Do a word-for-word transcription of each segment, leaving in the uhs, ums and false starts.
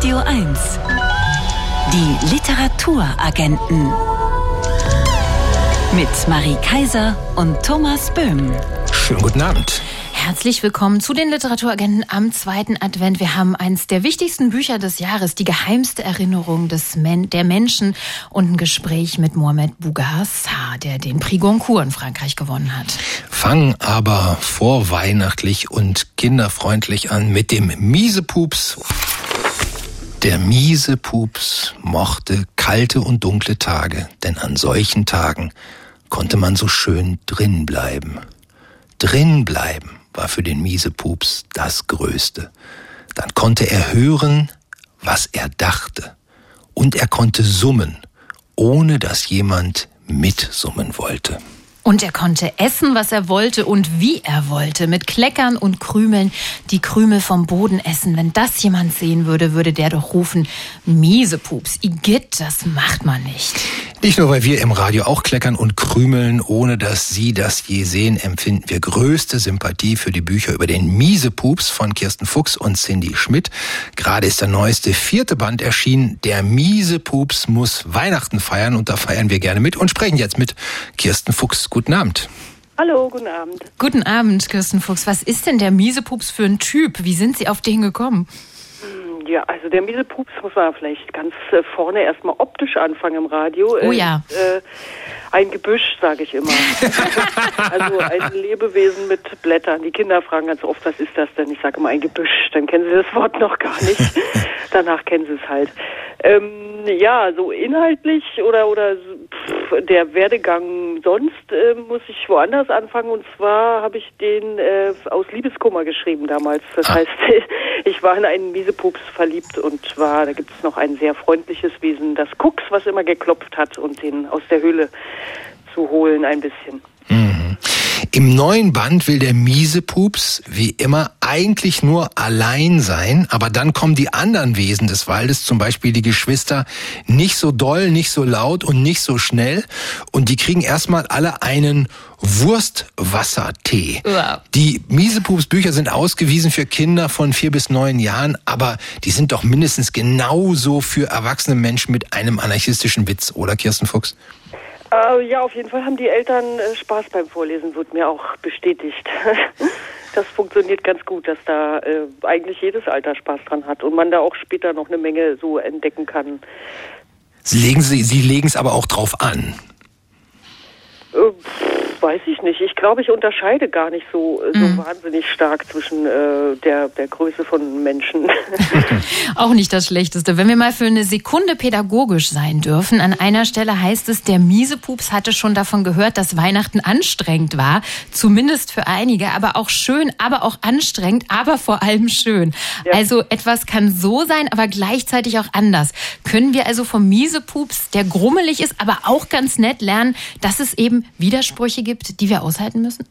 Radio eins. Die Literaturagenten. Mit Marie Kaiser und Thomas Böhm. Schönen guten Abend. Herzlich willkommen zu den Literaturagenten am zweiten Advent. Wir haben eins der wichtigsten Bücher des Jahres, die geheimste Erinnerung des Men- der Menschen und ein Gespräch mit Mohamed Bougarsar, der den Prix Goncourt in Frankreich gewonnen hat. Fangen aber vorweihnachtlich und kinderfreundlich an mit dem Miesepups. Der Miesepups mochte kalte und dunkle Tage, denn an solchen Tagen konnte man so schön drin bleiben. Drin bleiben war für den Miesepups das Größte. Dann konnte er hören, was er dachte. Und er konnte summen, ohne dass jemand mitsummen wollte. Und er konnte essen, was er wollte und wie er wollte, mit Kleckern und Krümeln, die Krümel vom Boden essen. Wenn das jemand sehen würde, würde der doch rufen, Miesepups, Igitt, das macht man nicht. Nicht nur, weil wir im Radio auch kleckern und krümeln, ohne dass Sie das je sehen, empfinden wir größte Sympathie für die Bücher über den Miesepups von Kirsten Fuchs und Cindy Schmidt. Gerade ist der neueste vierte Band erschienen. Der Miesepups muss Weihnachten feiern und da feiern wir gerne mit und sprechen jetzt mit Kirsten Fuchs. Guten Abend. Hallo, guten Abend. Guten Abend, Kirsten Fuchs. Was ist denn der Miesepups für ein Typ? Wie sind Sie auf den gekommen? Ja, also der Miesepups muss man vielleicht ganz äh, vorne erstmal optisch anfangen im Radio. Oh ja. Äh, ein Gebüsch, sage ich immer. Also ein Lebewesen mit Blättern. Die Kinder fragen ganz oft, was ist das denn? Ich sage immer ein Gebüsch. Dann kennen sie das Wort noch gar nicht. Danach kennen sie es halt. Ähm, ja, so inhaltlich oder oder pff, der Werdegang sonst äh, muss ich woanders anfangen. Und zwar habe ich den äh, aus Liebeskummer geschrieben damals. Das heißt, ich war in einen Miesepups verliebt und war, da gibt es noch ein sehr freundliches Wesen, das Kucks, was immer geklopft hat und den aus der Höhle zu holen ein bisschen. Mhm. Im neuen Band will der Miesepups wie immer eigentlich nur allein sein, aber dann kommen die anderen Wesen des Waldes, zum Beispiel die Geschwister, nicht so doll, nicht so laut und nicht so schnell und die kriegen erstmal alle einen Wurstwassertee. Ja. Die Miesepups-Bücher sind ausgewiesen für Kinder von vier bis neun Jahren, aber die sind doch mindestens genauso für erwachsene Menschen mit einem anarchistischen Witz, oder Kirsten Fuchs? Äh, ja, auf jeden Fall haben die Eltern äh, Spaß beim Vorlesen, wird mir auch bestätigt. Das funktioniert ganz gut, dass da äh, eigentlich jedes Alter Spaß dran hat und man da auch später noch eine Menge so entdecken kann. Sie legen Sie, Sie legen es aber auch drauf an. Äh, pff, weiß ich nicht. Ich glaube, ich unterscheide gar nicht so, so mhm. wahnsinnig stark zwischen äh, der, der Größe von Menschen. Auch nicht das Schlechteste. Wenn wir mal für eine Sekunde pädagogisch sein dürfen, an einer Stelle heißt es, der Miesepups hatte schon davon gehört, dass Weihnachten anstrengend war. Zumindest für einige, aber auch schön, aber auch anstrengend, aber vor allem schön. Ja. Also etwas kann so sein, aber gleichzeitig auch anders. Können wir also vom Miesepups, der grummelig ist, aber auch ganz nett, lernen, dass es eben Widersprüche gibt, die wir aushalten müssen?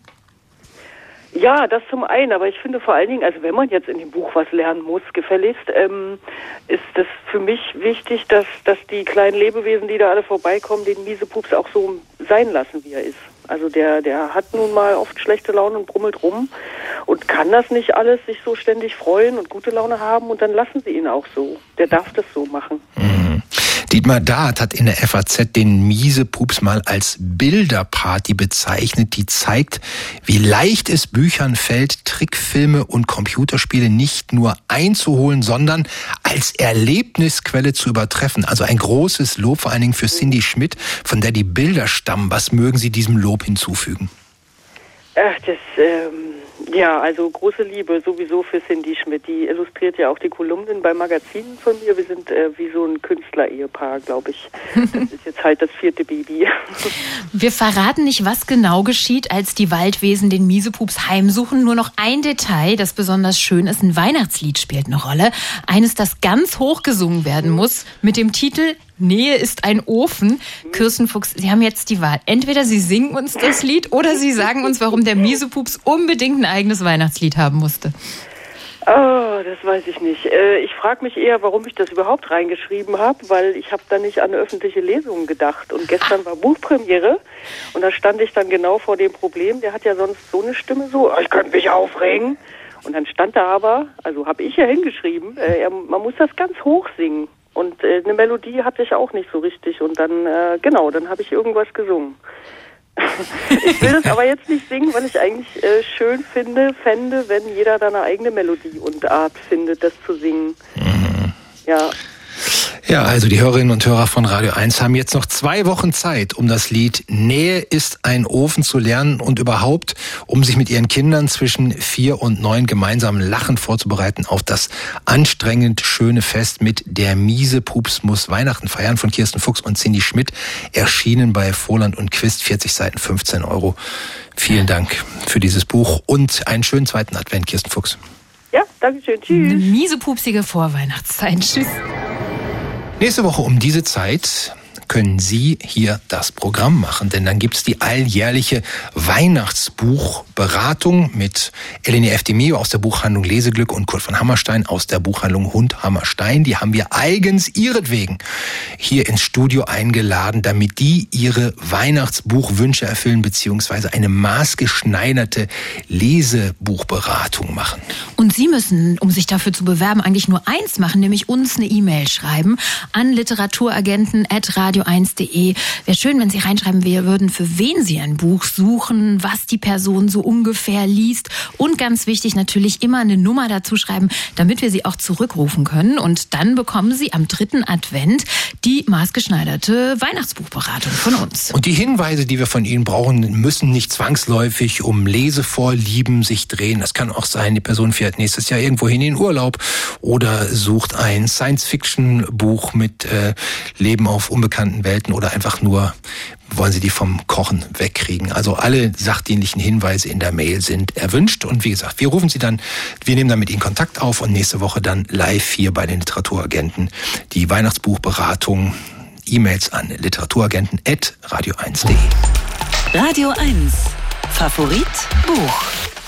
Ja, das zum einen, aber ich finde vor allen Dingen, also wenn man jetzt in dem Buch was lernen muss, gefälligst, ähm, ist das für mich wichtig, dass, dass die kleinen Lebewesen, die da alle vorbeikommen, den Miesepups auch so sein lassen, wie er ist. Also der, der hat nun mal oft schlechte Laune und brummelt rum und kann das nicht alles sich so ständig freuen und gute Laune haben und dann lassen sie ihn auch so. Der darf das so machen. Mhm. Dietmar Dart hat in der F A Z den Miesepups mal als Bilderparty bezeichnet, die zeigt, wie leicht es Büchern fällt, Trickfilme und Computerspiele nicht nur einzuholen, sondern als Erlebnisquelle zu übertreffen. Also ein großes Lob vor allen Dingen für Cindy Schmidt, von der die Bilder stammen. Was mögen Sie diesem Lob hinzufügen? Ach, das, ähm, ja, also große Liebe sowieso für Cindy Schmidt. Die illustriert ja auch die Kolumnen bei Magazinen von mir. Wir sind äh, wie so ein Künstler-Ehepaar, glaube ich. Das ist jetzt halt das vierte Baby. Wir verraten nicht, was genau geschieht, als die Waldwesen den Miesepups heimsuchen. Nur noch ein Detail, das besonders schön ist. Ein Weihnachtslied spielt eine Rolle. Eines, das ganz hoch gesungen werden muss, mit dem Titel Nähe ist ein Ofen. Kirsten Fuchs, Sie haben jetzt die Wahl. Entweder Sie singen uns das Lied oder Sie sagen uns, warum der Miesepups unbedingt ein eigenes Weihnachtslied haben musste. Oh, das weiß ich nicht. Ich frage mich eher, warum ich das überhaupt reingeschrieben habe, weil ich habe da nicht an öffentliche Lesungen gedacht. Und gestern war Buchpremiere und da stand ich dann genau vor dem Problem. Der hat ja sonst so eine Stimme so, ich könnte mich aufregen. Und dann stand da aber, also habe ich ja hingeschrieben, äh, man muss das ganz hoch singen. Und äh, eine Melodie hatte ich auch nicht so richtig. Und dann, äh, genau, dann habe ich irgendwas gesungen. Ich will das aber jetzt nicht singen, weil ich eigentlich äh, schön finde, fände, wenn jeder da eine eigene Melodie und Art findet, das zu singen. Mhm. Ja. Ja, also die Hörerinnen und Hörer von Radio eins haben jetzt noch zwei Wochen Zeit, um das Lied Nähe ist ein Ofen zu lernen und überhaupt, um sich mit ihren Kindern zwischen vier und neun gemeinsam lachend vorzubereiten auf das anstrengend schöne Fest mit Der miese Pups muss Weihnachten feiern von Kirsten Fuchs und Cindy Schmidt, erschienen bei Voland und Quist, vierzig Seiten, fünfzehn Euro. Vielen Dank für dieses Buch und einen schönen zweiten Advent, Kirsten Fuchs. Ja, danke schön. Tschüss. Eine miese pupsige Vorweihnachtszeit. Tschüss. Nächste Woche um diese Zeit können Sie hier das Programm machen, denn dann gibt's die alljährliche Weihnachtsbuchberatung mit Eleni Eftimio aus der Buchhandlung Leseglück und Kurt von Hammerstein aus der Buchhandlung Hund Hammerstein. Die haben wir eigens ihretwegen hier ins Studio eingeladen, damit die ihre Weihnachtsbuchwünsche erfüllen beziehungsweise eine maßgeschneiderte Lesebuchberatung machen. Und Sie müssen, um sich dafür zu bewerben, eigentlich nur eins machen, nämlich uns eine E-Mail schreiben an literaturagenten at radio eins punkt de. Wäre schön, wenn Sie reinschreiben wir würden, für wen Sie ein Buch suchen, was die Person so ungefähr liest und ganz wichtig natürlich immer eine Nummer dazu schreiben, damit wir Sie auch zurückrufen können. Und dann bekommen Sie am dritten Advent die maßgeschneiderte Weihnachtsbuchberatung von uns. Und die Hinweise, die wir von Ihnen brauchen, müssen nicht zwangsläufig um Lesevorlieben sich drehen. Das kann auch sein, die Person fährt nächstes Jahr irgendwo hin in den Urlaub oder sucht ein Science-Fiction-Buch mit äh, Leben auf unbekannten Welten oder einfach nur wollen Sie die vom Kochen wegkriegen. Also alle sachdienlichen Hinweise in der Mail sind erwünscht. Und wie gesagt, wir rufen Sie dann, wir nehmen dann mit Ihnen Kontakt auf und nächste Woche dann live hier bei den Literaturagenten die Weihnachtsbuchberatung. E-Mails an literaturagenten at radio eins punkt de. Radio eins. Favorit Buch.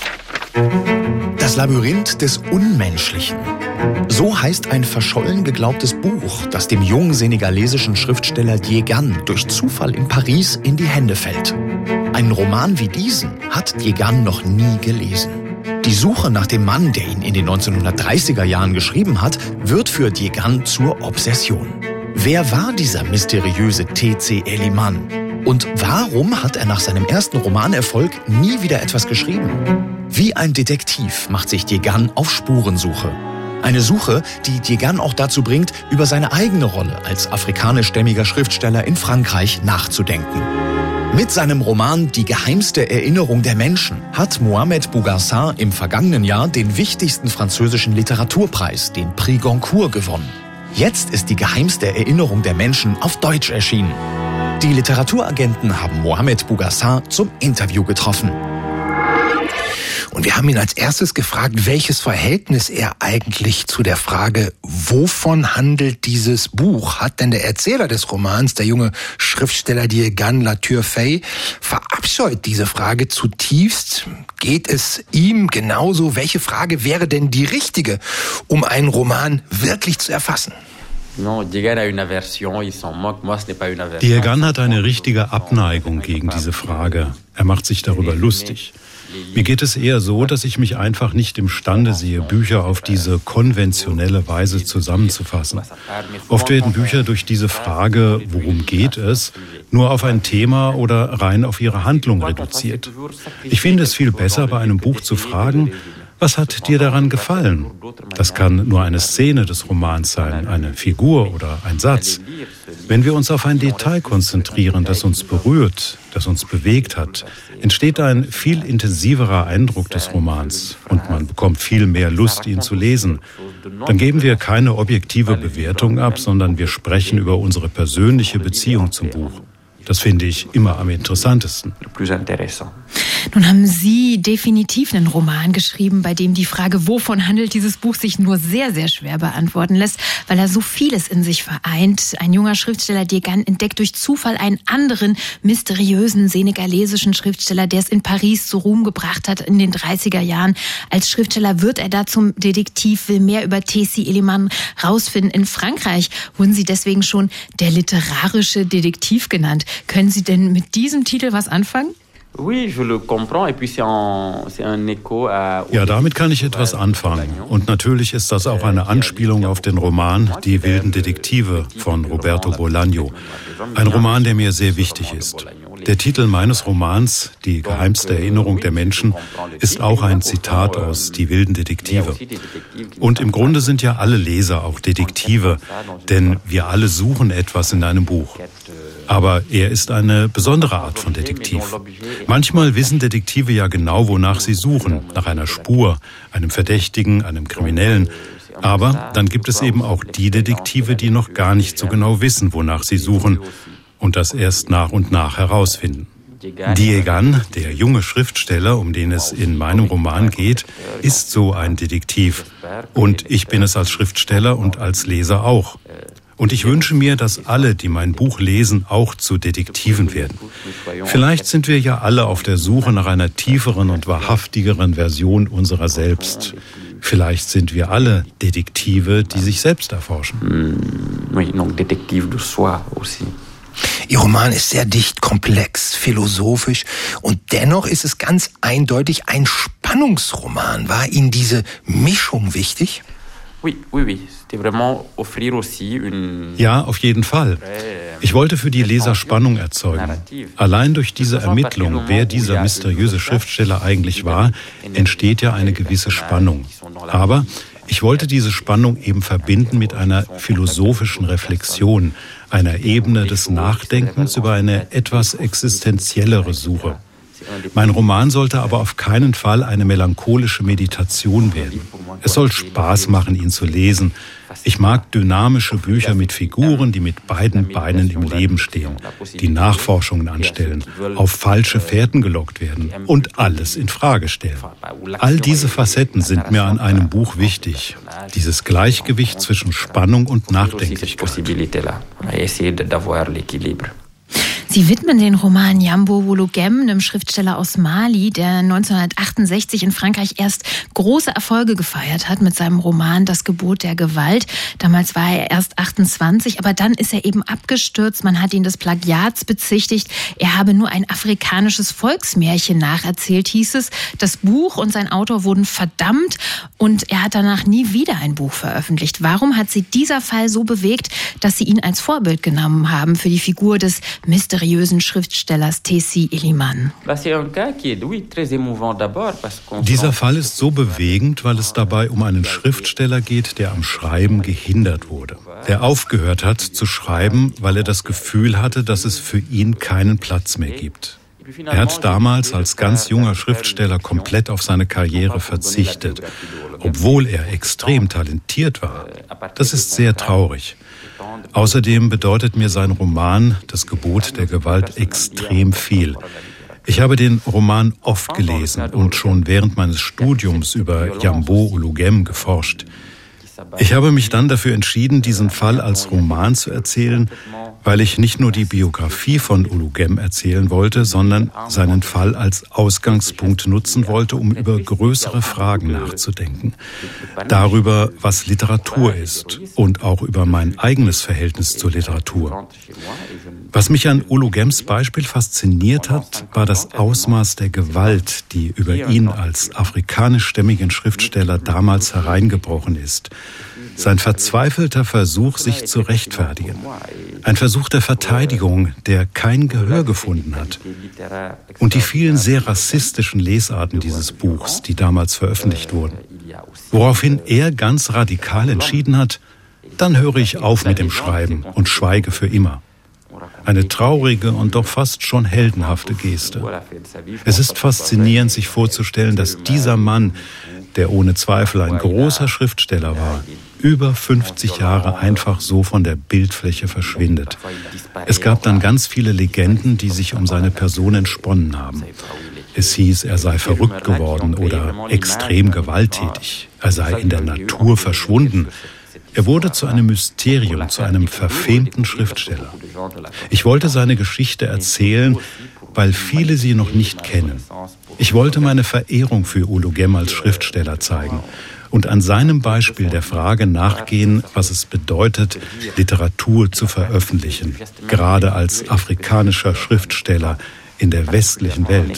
Das Labyrinth des Unmenschlichen. So heißt ein verschollen geglaubtes Buch, das dem jungen senegalesischen Schriftsteller Diegane durch Zufall in Paris in die Hände fällt. Einen Roman wie diesen hat Diegane noch nie gelesen. Die Suche nach dem Mann, der ihn in den neunzehnhundertdreißiger Jahren geschrieben hat, wird für Diegane zur Obsession. Wer war dieser mysteriöse T C Eliman? Und warum hat er nach seinem ersten Romanerfolg nie wieder etwas geschrieben? Wie ein Detektiv macht sich Diegane auf Spurensuche. Eine Suche, die Diegane auch dazu bringt, über seine eigene Rolle als afrikanischstämmiger Schriftsteller in Frankreich nachzudenken. Mit seinem Roman Die geheimste Erinnerung der Menschen hat Mohamed Bougarsar im vergangenen Jahr den wichtigsten französischen Literaturpreis, den Prix Goncourt, gewonnen. Jetzt ist Die geheimste Erinnerung der Menschen auf Deutsch erschienen. Die Literaturagenten haben Mohamed Bougarsar zum Interview getroffen. Und wir haben ihn als erstes gefragt, welches Verhältnis er eigentlich zu der Frage, wovon handelt dieses Buch, hat. Denn der Erzähler des Romans, der junge Schriftsteller Diegane Latürfey, verabscheut diese Frage zutiefst. Geht es ihm genauso? Welche Frage wäre denn die richtige, um einen Roman wirklich zu erfassen? Diegane hat eine richtige Abneigung gegen diese Frage. Er macht sich darüber lustig. Mir geht es eher so, dass ich mich einfach nicht imstande sehe, Bücher auf diese konventionelle Weise zusammenzufassen. Oft werden Bücher durch diese Frage, worum geht es, nur auf ein Thema oder rein auf ihre Handlung reduziert. Ich finde es viel besser, bei einem Buch zu fragen, was hat dir daran gefallen? Das kann nur eine Szene des Romans sein, eine Figur oder ein Satz. Wenn wir uns auf ein Detail konzentrieren, das uns berührt, das uns bewegt hat, entsteht ein viel intensiverer Eindruck des Romans und man bekommt viel mehr Lust, ihn zu lesen. Dann geben wir keine objektive Bewertung ab, sondern wir sprechen über unsere persönliche Beziehung zum Buch. Das finde ich immer am interessantesten. Nun haben Sie definitiv einen Roman geschrieben, bei dem die Frage, wovon handelt dieses Buch, sich nur sehr, sehr schwer beantworten lässt, weil er so vieles in sich vereint. Ein junger Schriftsteller, Diegane, entdeckt durch Zufall einen anderen mysteriösen senegalesischen Schriftsteller, der es in Paris zu Ruhm gebracht hat in den dreißiger Jahren. Als Schriftsteller wird er da zum Detektiv, will mehr über T C Eliman rausfinden. In Frankreich wurden Sie deswegen schon der literarische Detektiv genannt. Können Sie denn mit diesem Titel was anfangen? Ja, damit kann ich etwas anfangen. Und natürlich ist das auch eine Anspielung auf den Roman Die wilden Detektive von Roberto Bolaño. Ein Roman, der mir sehr wichtig ist. Der Titel meines Romans, Die geheimste Erinnerung der Menschen, ist auch ein Zitat aus Die wilden Detektive. Und im Grunde sind ja alle Leser auch Detektive, denn wir alle suchen etwas in einem Buch. Aber er ist eine besondere Art von Detektiv. Manchmal wissen Detektive ja genau, wonach sie suchen, nach einer Spur, einem Verdächtigen, einem Kriminellen. Aber dann gibt es eben auch die Detektive, die noch gar nicht so genau wissen, wonach sie suchen und das erst nach und nach herausfinden. Diegan, der junge Schriftsteller, um den es in meinem Roman geht, ist so ein Detektiv. Und ich bin es als Schriftsteller und als Leser auch. Und ich wünsche mir, dass alle, die mein Buch lesen, auch zu Detektiven werden. Vielleicht sind wir ja alle auf der Suche nach einer tieferen und wahrhaftigeren Version unserer selbst. Vielleicht sind wir alle Detektive, die sich selbst erforschen. Ihr Roman ist sehr dicht, komplex, philosophisch und dennoch ist es ganz eindeutig ein Spannungsroman. War Ihnen diese Mischung wichtig? Ja, auf jeden Fall. Ich wollte für die Leser Spannung erzeugen. Allein durch diese Ermittlung, wer dieser mysteriöse Schriftsteller eigentlich war, entsteht ja eine gewisse Spannung. Aber ich wollte diese Spannung eben verbinden mit einer philosophischen Reflexion, einer Ebene des Nachdenkens über eine etwas existenziellere Suche. Mein Roman sollte aber auf keinen Fall eine melancholische Meditation werden. Es soll Spaß machen, ihn zu lesen. Ich mag dynamische Bücher mit Figuren, die mit beiden Beinen im Leben stehen, die Nachforschungen anstellen, auf falsche Fährten gelockt werden und alles in Frage stellen. All diese Facetten sind mir an einem Buch wichtig. Dieses Gleichgewicht zwischen Spannung und Nachdenklichkeit. Sie widmen den Roman Yambo Wologem, einem Schriftsteller aus Mali, der neunzehnhundertachtundsechzig in Frankreich erst große Erfolge gefeiert hat mit seinem Roman Das Gebot der Gewalt. Damals war er erst achtundzwanzig, aber dann ist er eben abgestürzt. Man hat ihn des Plagiats bezichtigt. Er habe nur ein afrikanisches Volksmärchen nacherzählt, hieß es. Das Buch und sein Autor wurden verdammt und er hat danach nie wieder ein Buch veröffentlicht. Warum hat Sie dieser Fall so bewegt, dass Sie ihn als Vorbild genommen haben für die Figur des mysteriösen Schriftstellers Tessie Eliman? Dieser Fall ist so bewegend, weil es dabei um einen Schriftsteller geht, der am Schreiben gehindert wurde. Der aufgehört hat zu schreiben, weil er das Gefühl hatte, dass es für ihn keinen Platz mehr gibt. Er hat damals als ganz junger Schriftsteller komplett auf seine Karriere verzichtet, obwohl er extrem talentiert war. Das ist sehr traurig. Außerdem bedeutet mir sein Roman Das Gebot der Gewalt extrem viel. Ich habe den Roman oft gelesen und schon während meines Studiums über Yambo Wologem geforscht. Ich habe mich dann dafür entschieden, diesen Fall als Roman zu erzählen, weil ich nicht nur die Biografie von Wologem erzählen wollte, sondern seinen Fall als Ausgangspunkt nutzen wollte, um über größere Fragen nachzudenken. Darüber, was Literatur ist und auch über mein eigenes Verhältnis zur Literatur. Was mich an Wologems Beispiel fasziniert hat, war das Ausmaß der Gewalt, die über ihn als afrikanischstämmigen Schriftsteller damals hereingebrochen ist. Sein verzweifelter Versuch, sich zu rechtfertigen. Ein Versuch der Verteidigung, der kein Gehör gefunden hat. Und die vielen sehr rassistischen Lesarten dieses Buchs, die damals veröffentlicht wurden. Woraufhin er ganz radikal entschieden hat, dann höre ich auf mit dem Schreiben und schweige für immer. Eine traurige und doch fast schon heldenhafte Geste. Es ist faszinierend, sich vorzustellen, dass dieser Mann, der ohne Zweifel ein großer Schriftsteller war, über fünfzig Jahre einfach so von der Bildfläche verschwindet. Es gab dann ganz viele Legenden, die sich um seine Person entsponnen haben. Es hieß, er sei verrückt geworden oder extrem gewalttätig. Er sei in der Natur verschwunden. Er wurde zu einem Mysterium, zu einem verfemten Schriftsteller. Ich wollte seine Geschichte erzählen, weil viele sie noch nicht kennen. Ich wollte meine Verehrung für Wologem als Schriftsteller zeigen und an seinem Beispiel der Frage nachgehen, was es bedeutet, Literatur zu veröffentlichen, gerade als afrikanischer Schriftsteller in der westlichen Welt.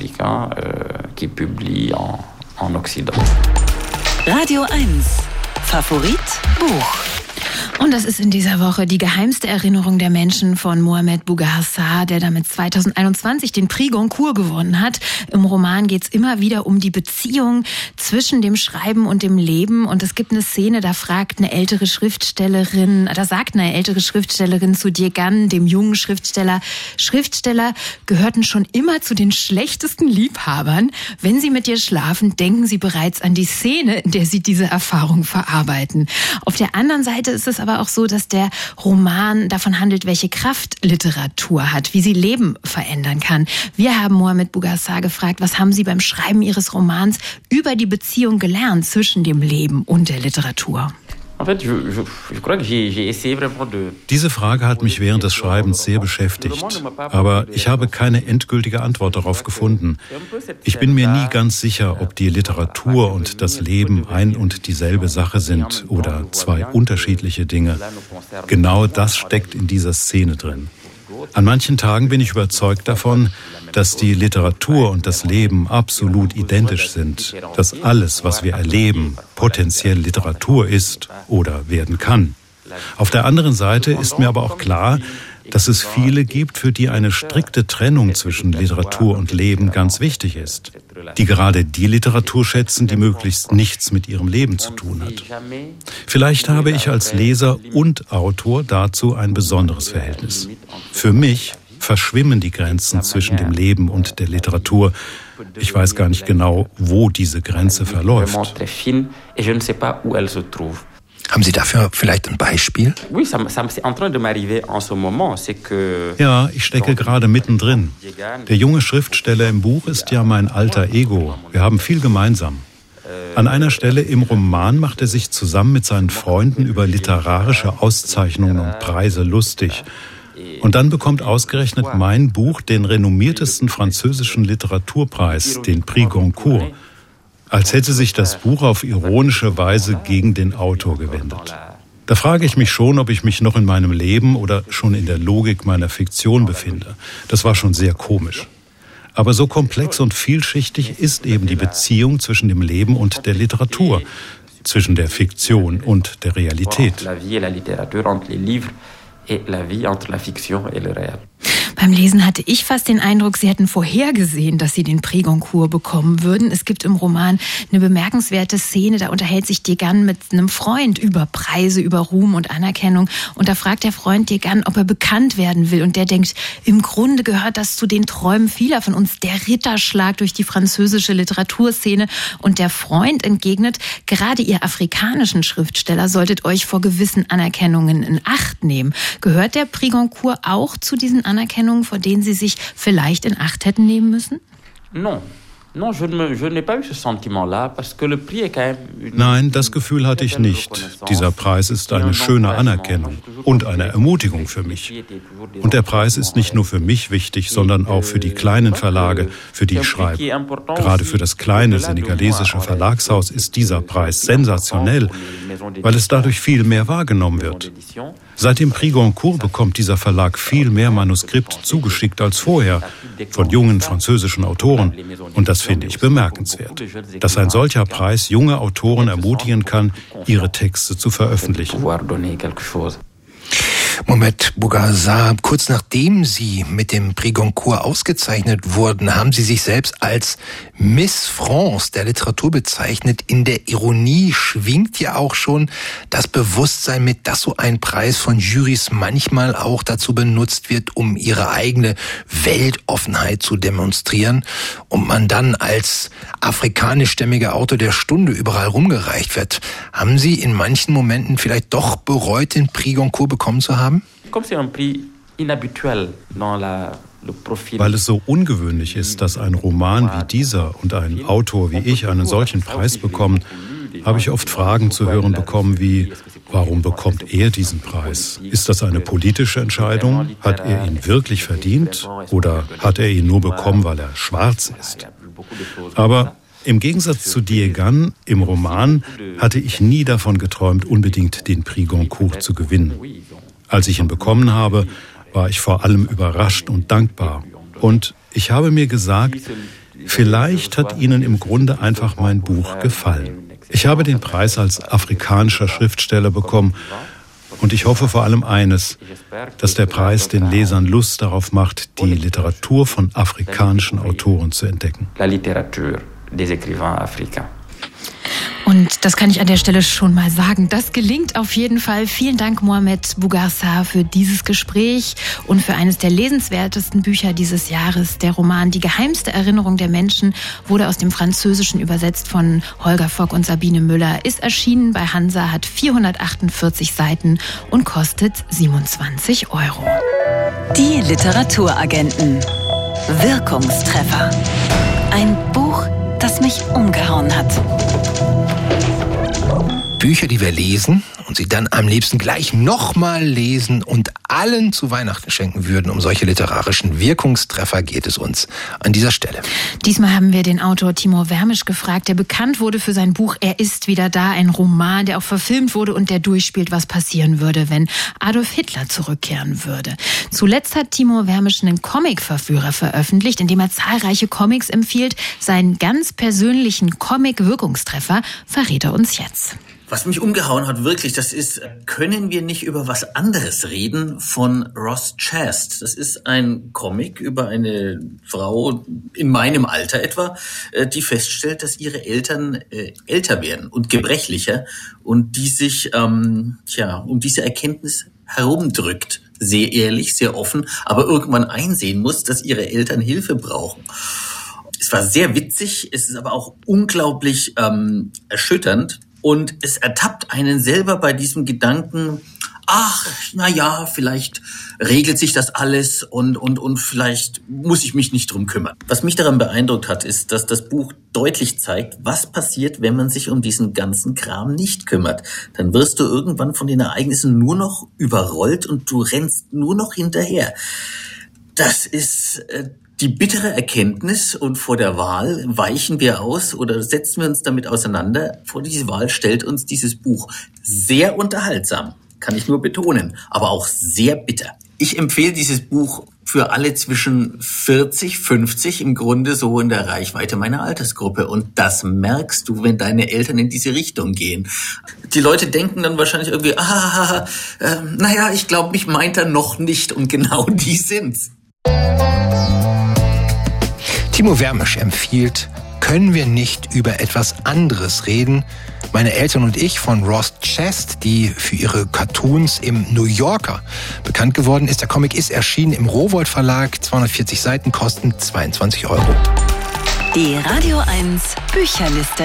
Radio eins. Favorit Buch. Und das ist in dieser Woche die geheimste Erinnerung der Menschen von Mohamed Bougarsar, der damit zweitausendeinundzwanzig den Prix Goncourt gewonnen hat. Im Roman geht es immer wieder um die Beziehung zwischen dem Schreiben und dem Leben. Und es gibt eine Szene, da fragt eine ältere Schriftstellerin, da sagt eine ältere Schriftstellerin zu Diegan, dem jungen Schriftsteller, Schriftsteller gehörten schon immer zu den schlechtesten Liebhabern. Wenn sie mit dir schlafen, denken sie bereits an die Szene, in der sie diese Erfahrung verarbeiten. Auf der anderen Seite ist es aber auch so, dass der Roman davon handelt, welche Kraft Literatur hat, wie sie Leben verändern kann. Wir haben Mohamed Bougarsar gefragt, was haben Sie beim Schreiben Ihres Romans über die Beziehung gelernt zwischen dem Leben und der Literatur? Diese Frage hat mich während des Schreibens sehr beschäftigt, aber ich habe keine endgültige Antwort darauf gefunden. Ich bin mir nie ganz sicher, ob die Literatur und das Leben ein und dieselbe Sache sind oder zwei unterschiedliche Dinge. Genau das steckt in dieser Szene drin. An manchen Tagen bin ich überzeugt davon, dass die Literatur und das Leben absolut identisch sind, dass alles, was wir erleben, potenziell Literatur ist oder werden kann. Auf der anderen Seite ist mir aber auch klar, dass es viele gibt, für die eine strikte Trennung zwischen Literatur und Leben ganz wichtig ist, die gerade die Literatur schätzen, die möglichst nichts mit ihrem Leben zu tun hat. Vielleicht habe ich als Leser und Autor dazu ein besonderes Verhältnis. Für mich verschwimmen die Grenzen zwischen dem Leben und der Literatur. Ich weiß gar nicht genau, wo diese Grenze verläuft. Haben Sie dafür vielleicht ein Beispiel? Ja, ich stecke gerade mittendrin. Der junge Schriftsteller im Buch ist ja mein alter Ego. Wir haben viel gemeinsam. An einer Stelle im Roman macht er sich zusammen mit seinen Freunden über literarische Auszeichnungen und Preise lustig. Und dann bekommt ausgerechnet mein Buch den renommiertesten französischen Literaturpreis, den Prix Goncourt. Als hätte sich das Buch auf ironische Weise gegen den Autor gewendet. Da frage ich mich schon, ob ich mich noch in meinem Leben oder schon in der Logik meiner Fiktion befinde. Das war schon sehr komisch. Aber so komplex und vielschichtig ist eben die Beziehung zwischen dem Leben und der Literatur, zwischen der Fiktion und der Realität. Beim Lesen hatte ich fast den Eindruck, Sie hätten vorhergesehen, dass Sie den Prix Goncourt bekommen würden. Es gibt im Roman eine bemerkenswerte Szene, da unterhält sich Diegan mit einem Freund über Preise, über Ruhm und Anerkennung. Und da fragt der Freund Diegan, ob er bekannt werden will. Und der denkt, im Grunde gehört das zu den Träumen vieler von uns, der Ritterschlag durch die französische Literaturszene. Und der Freund entgegnet, gerade ihr afrikanischen Schriftsteller solltet euch vor gewissen Anerkennungen in Acht nehmen. Gehört der Prix Goncourt auch zu diesen Anerkennungen, vor denen Sie sich vielleicht in Acht hätten nehmen müssen? Nein, das Gefühl hatte ich nicht. Dieser Preis ist eine schöne Anerkennung und eine Ermutigung für mich. Und der Preis ist nicht nur für mich wichtig, sondern auch für die kleinen Verlage, für die ich schreibe. Gerade für das kleine senegalesische Verlagshaus ist dieser Preis sensationell, weil es dadurch viel mehr wahrgenommen wird. Seit dem Prix Goncourt bekommt dieser Verlag viel mehr Manuskript zugeschickt als vorher von jungen französischen Autoren. Und das finde ich bemerkenswert, dass ein solcher Preis junge Autoren ermutigen kann, ihre Texte zu veröffentlichen. Mohamed Bougarsar, kurz nachdem Sie mit dem Prix Goncourt ausgezeichnet wurden, haben Sie sich selbst als Miss France der Literatur bezeichnet. In der Ironie schwingt ja auch schon das Bewusstsein mit, dass so ein Preis von Jurys manchmal auch dazu benutzt wird, um ihre eigene Weltoffenheit zu demonstrieren und man dann als afrikanischstämmiger Autor der Stunde überall rumgereicht wird. Haben Sie in manchen Momenten vielleicht doch bereut, den Prix Goncourt bekommen zu haben? Weil es so ungewöhnlich ist, dass ein Roman wie dieser und ein Autor wie ich einen solchen Preis bekommen, habe ich oft Fragen zu hören bekommen wie, warum bekommt er diesen Preis? Ist das eine politische Entscheidung? Hat er ihn wirklich verdient? Oder hat er ihn nur bekommen, weil er schwarz ist? Aber im Gegensatz zu Diegan im Roman hatte ich nie davon geträumt, unbedingt den Prix Goncourt zu gewinnen. Als ich ihn bekommen habe, war ich vor allem überrascht und dankbar. Und ich habe mir gesagt, vielleicht hat Ihnen im Grunde einfach mein Buch gefallen. Ich habe den Preis als afrikanischer Schriftsteller bekommen und ich hoffe vor allem eines, dass der Preis den Lesern Lust darauf macht, die Literatur von afrikanischen Autoren zu entdecken. La littérature des écrivains africains. Und das kann ich an der Stelle schon mal sagen. Das gelingt auf jeden Fall. Vielen Dank, Mohamed Bougarsar, für dieses Gespräch und für eines der lesenswertesten Bücher dieses Jahres. Der Roman Die geheimste Erinnerung der Menschen wurde aus dem Französischen übersetzt von Holger Fock und Sabine Müller, ist erschienen bei Hansa, hat vierhundertachtundvierzig Seiten und kostet siebenundzwanzig Euro. Die Literaturagenten. Wirkungstreffer. Ein Buch, das mich umgehauen hat. Bücher, die wir lesen und sie dann am liebsten gleich nochmal lesen und allen zu Weihnachten schenken würden. Um solche literarischen Wirkungstreffer geht es uns an dieser Stelle. Diesmal haben wir den Autor Timo Wermisch gefragt, der bekannt wurde für sein Buch Er ist wieder da, ein Roman, der auch verfilmt wurde und der durchspielt, was passieren würde, wenn Adolf Hitler zurückkehren würde. Zuletzt hat Timo Wermisch einen Comic-Verführer veröffentlicht, in dem er zahlreiche Comics empfiehlt. Seinen ganz persönlichen Comic-Wirkungstreffer verrät er uns jetzt. Was mich umgehauen hat, wirklich, das ist, können wir nicht über was anderes reden, von Ross Chast. Das ist ein Comic über eine Frau in meinem Alter etwa, die feststellt, dass ihre Eltern äh, älter werden und gebrechlicher und die sich, ähm, tja, um diese Erkenntnis herumdrückt. Sehr ehrlich, sehr offen, aber irgendwann einsehen muss, dass ihre Eltern Hilfe brauchen. Es war sehr witzig, es ist aber auch unglaublich ähm, erschütternd. Und es ertappt einen selber bei diesem Gedanken, ach, na ja, vielleicht regelt sich das alles und, und, und vielleicht muss ich mich nicht drum kümmern. Was mich daran beeindruckt hat, ist, dass das Buch deutlich zeigt, was passiert, wenn man sich um diesen ganzen Kram nicht kümmert. Dann wirst du irgendwann von den Ereignissen nur noch überrollt und du rennst nur noch hinterher. Das ist äh, die bittere Erkenntnis, und vor der Wahl weichen wir aus oder setzen wir uns damit auseinander. Vor diese Wahl stellt uns dieses Buch. Sehr unterhaltsam, kann ich nur betonen, aber auch sehr bitter. Ich empfehle dieses Buch für alle zwischen vierzig, fünfzig, im Grunde so in der Reichweite meiner Altersgruppe. Und das merkst du, wenn deine Eltern in diese Richtung gehen. Die Leute denken dann wahrscheinlich irgendwie, ah, äh, naja, ich glaube, mich meint er noch nicht. Und genau die sind's. Timo Wermisch empfiehlt, können wir nicht über etwas anderes reden? Meine Eltern und ich von Ross Chast, die für ihre Cartoons im New Yorker bekannt geworden ist. Der Comic ist erschienen im Rowohlt Verlag, zweihundertvierzig Seiten, kosten zweiundzwanzig Euro. Die Radio eins Bücherliste.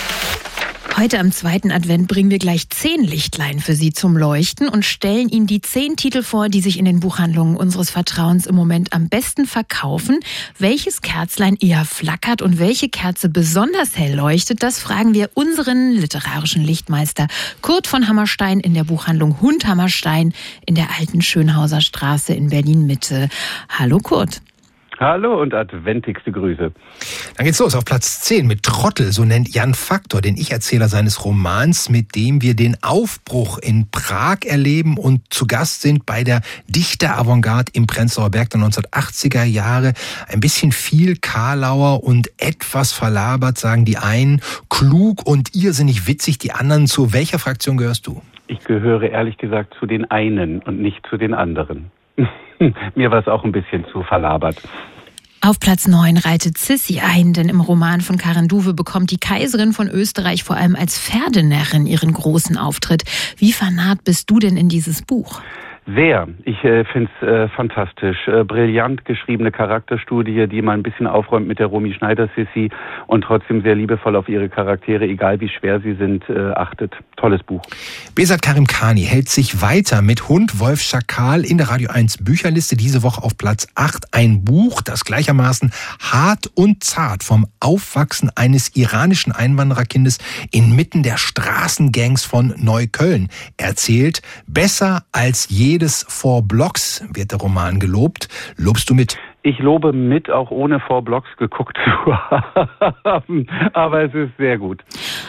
Heute am zweiten Advent bringen wir gleich zehn Lichtlein für Sie zum Leuchten und stellen Ihnen die zehn Titel vor, die sich in den Buchhandlungen unseres Vertrauens im Moment am besten verkaufen. Welches Kerzlein eher flackert und welche Kerze besonders hell leuchtet, das fragen wir unseren literarischen Lichtmeister Kurt von Hammerstein in der Buchhandlung Hund Hammerstein in der alten Schönhauser Straße in Berlin-Mitte. Hallo Kurt. Hallo und adventigste Grüße. Dann geht's los auf Platz zehn mit Trottel, so nennt Jan Faktor den Ich-Erzähler seines Romans, mit dem wir den Aufbruch in Prag erleben und zu Gast sind bei der Dichter-Avantgarde im Prenzlauer Berg der neunzehnhundertachtziger Jahre. Ein bisschen viel Karlauer und etwas verlabert, sagen die einen, klug und irrsinnig witzig die anderen. Zu welcher Fraktion gehörst du? Ich gehöre ehrlich gesagt zu den einen und nicht zu den anderen. Mir war es auch ein bisschen zu verlabert. Auf Platz neun reitet Sissi ein, denn im Roman von Karin Duwe bekommt die Kaiserin von Österreich vor allem als Pferdenärrin ihren großen Auftritt. Wie vernarrt bist du denn in dieses Buch? Sehr. Ich äh, finde es äh, fantastisch. Äh, brillant geschriebene Charakterstudie, die mal ein bisschen aufräumt mit der Romy Schneider-Sissi und trotzdem sehr liebevoll auf ihre Charaktere, egal wie schwer sie sind, äh, achtet. Tolles Buch. Besat Karimkhani hält sich weiter mit Hund Wolf Schakal in der Radio eins Bücherliste. Diese Woche auf Platz acht. Ein Buch, das gleichermaßen hart und zart vom Aufwachsen eines iranischen Einwandererkindes inmitten der Straßengangs von Neukölln erzählt. Besser als je Jedes Four Blocks wird der Roman gelobt. Lobst du mit? Ich lobe mit, auch ohne Four Blocks geguckt zu haben. Aber es ist sehr gut.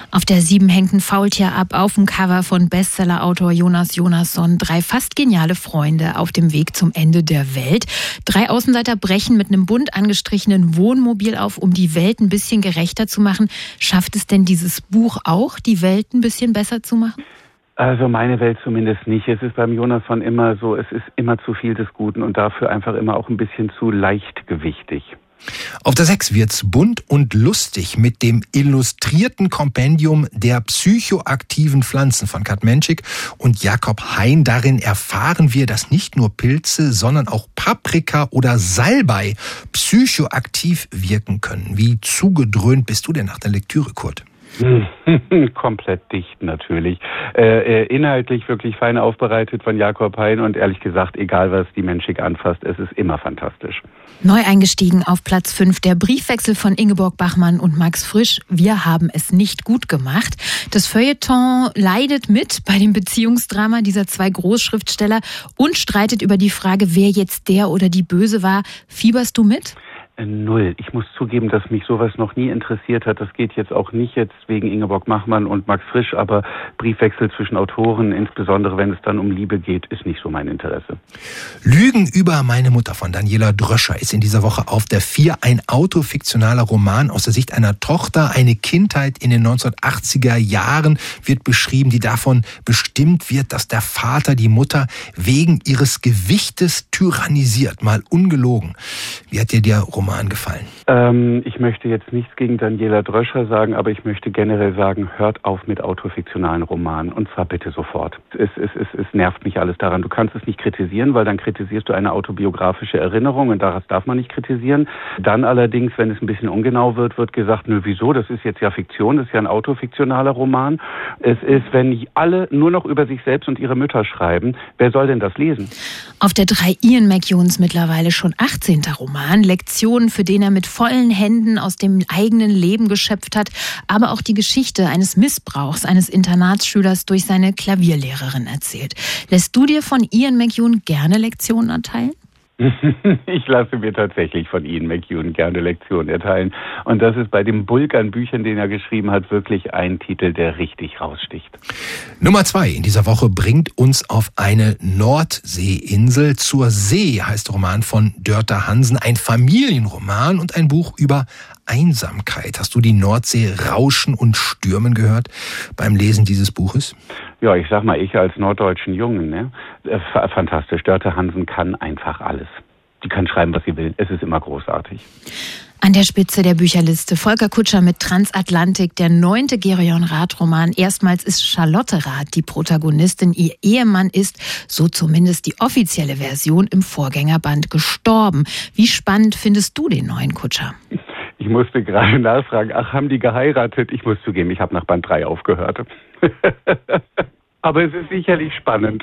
Auf der sieben hängt ein Faultier ab, auf dem Cover von Bestsellerautor Jonas Jonasson. Drei fast geniale Freunde auf dem Weg zum Ende der Welt. Drei Außenseiter brechen mit einem bunt angestrichenen Wohnmobil auf, um die Welt ein bisschen gerechter zu machen. Schafft es denn dieses Buch auch, die Welt ein bisschen besser zu machen? Also meine Welt zumindest nicht. Es ist beim Jonasson immer so, es ist immer zu viel des Guten und dafür einfach immer auch ein bisschen zu leichtgewichtig. Auf der sechs wird's bunt und lustig mit dem illustrierten Kompendium der psychoaktiven Pflanzen von Kat Menschik und Jakob Hein. Darin erfahren wir, dass nicht nur Pilze, sondern auch Paprika oder Salbei psychoaktiv wirken können. Wie zugedröhnt bist du denn nach der Lektüre, Kurt? Komplett dicht natürlich. Äh, inhaltlich wirklich fein aufbereitet von Jakob Hein und ehrlich gesagt, egal was die Menschik anfasst, es ist immer fantastisch. Neu eingestiegen auf Platz fünf der Briefwechsel von Ingeborg Bachmann und Max Frisch. Wir haben es nicht gut gemacht. Das Feuilleton leidet mit bei dem Beziehungsdrama dieser zwei Großschriftsteller und streitet über die Frage, wer jetzt der oder die Böse war. Fieberst du mit? Null. Ich muss zugeben, dass mich sowas noch nie interessiert hat. Das geht jetzt auch nicht jetzt wegen Ingeborg Bachmann und Max Frisch, aber Briefwechsel zwischen Autoren, insbesondere wenn es dann um Liebe geht, ist nicht so mein Interesse. Lügen über meine Mutter von Daniela Dröscher ist in dieser Woche auf der vier. Ein autofiktionaler Roman aus der Sicht einer Tochter. Eine Kindheit in den neunzehnhundertachtziger Jahren wird beschrieben, die davon bestimmt wird, dass der Vater die Mutter wegen ihres Gewichtes tyrannisiert. Mal ungelogen. Wie hat dir der Roman gefallen? Ähm, ich möchte jetzt nichts gegen Daniela Dröscher sagen, aber ich möchte generell sagen, hört auf mit autofiktionalen Romanen und zwar bitte sofort. Es, es, es, es nervt mich alles daran. Du kannst es nicht kritisieren, weil dann kritisierst du eine autobiografische Erinnerung und das darf man nicht kritisieren. Dann allerdings, wenn es ein bisschen ungenau wird, wird gesagt, nö, wieso? Das ist jetzt ja Fiktion, das ist ja ein autofiktionaler Roman. Es ist, wenn alle nur noch über sich selbst und ihre Mütter schreiben, wer soll denn das lesen? Auf der drei Ian McEwans mittlerweile schon achtzehnter Roman, Lektionen, für den er mit vollen Händen aus dem eigenen Leben geschöpft hat, aber auch die Geschichte eines Missbrauchs eines Internatsschülers durch seine Klavierlehrerin erzählt. Lässt du dir von Ian McEwan gerne Lektionen erteilen? Ich lasse mir tatsächlich von Ian McEwan gerne Lektionen erteilen. Und das ist bei dem Bulk an Büchern, den er geschrieben hat, wirklich ein Titel, der richtig raussticht. Nummer zwei in dieser Woche bringt uns auf eine Nordseeinsel. Zur See heißt der Roman von Dörter Hansen. Ein Familienroman und ein Buch über Einsamkeit. Hast du die Nordsee rauschen und stürmen gehört beim Lesen dieses Buches? Ja, ich sag mal, ich als norddeutschen Jungen, ne? Fantastisch. Dörte Hansen kann einfach alles. Die kann schreiben, was sie will. Es ist immer großartig. An der Spitze der Bücherliste Volker Kutscher mit Transatlantik, der neunte Gereon Rath-Roman. Erstmals ist Charlotte Rath die Protagonistin. Ihr Ehemann ist, so zumindest die offizielle Version, im Vorgängerband gestorben. Wie spannend findest du den neuen Kutscher? Ich musste gerade nachfragen, ach, haben die geheiratet? Ich muss zugeben, ich habe nach Band drei aufgehört. Aber es ist sicherlich spannend.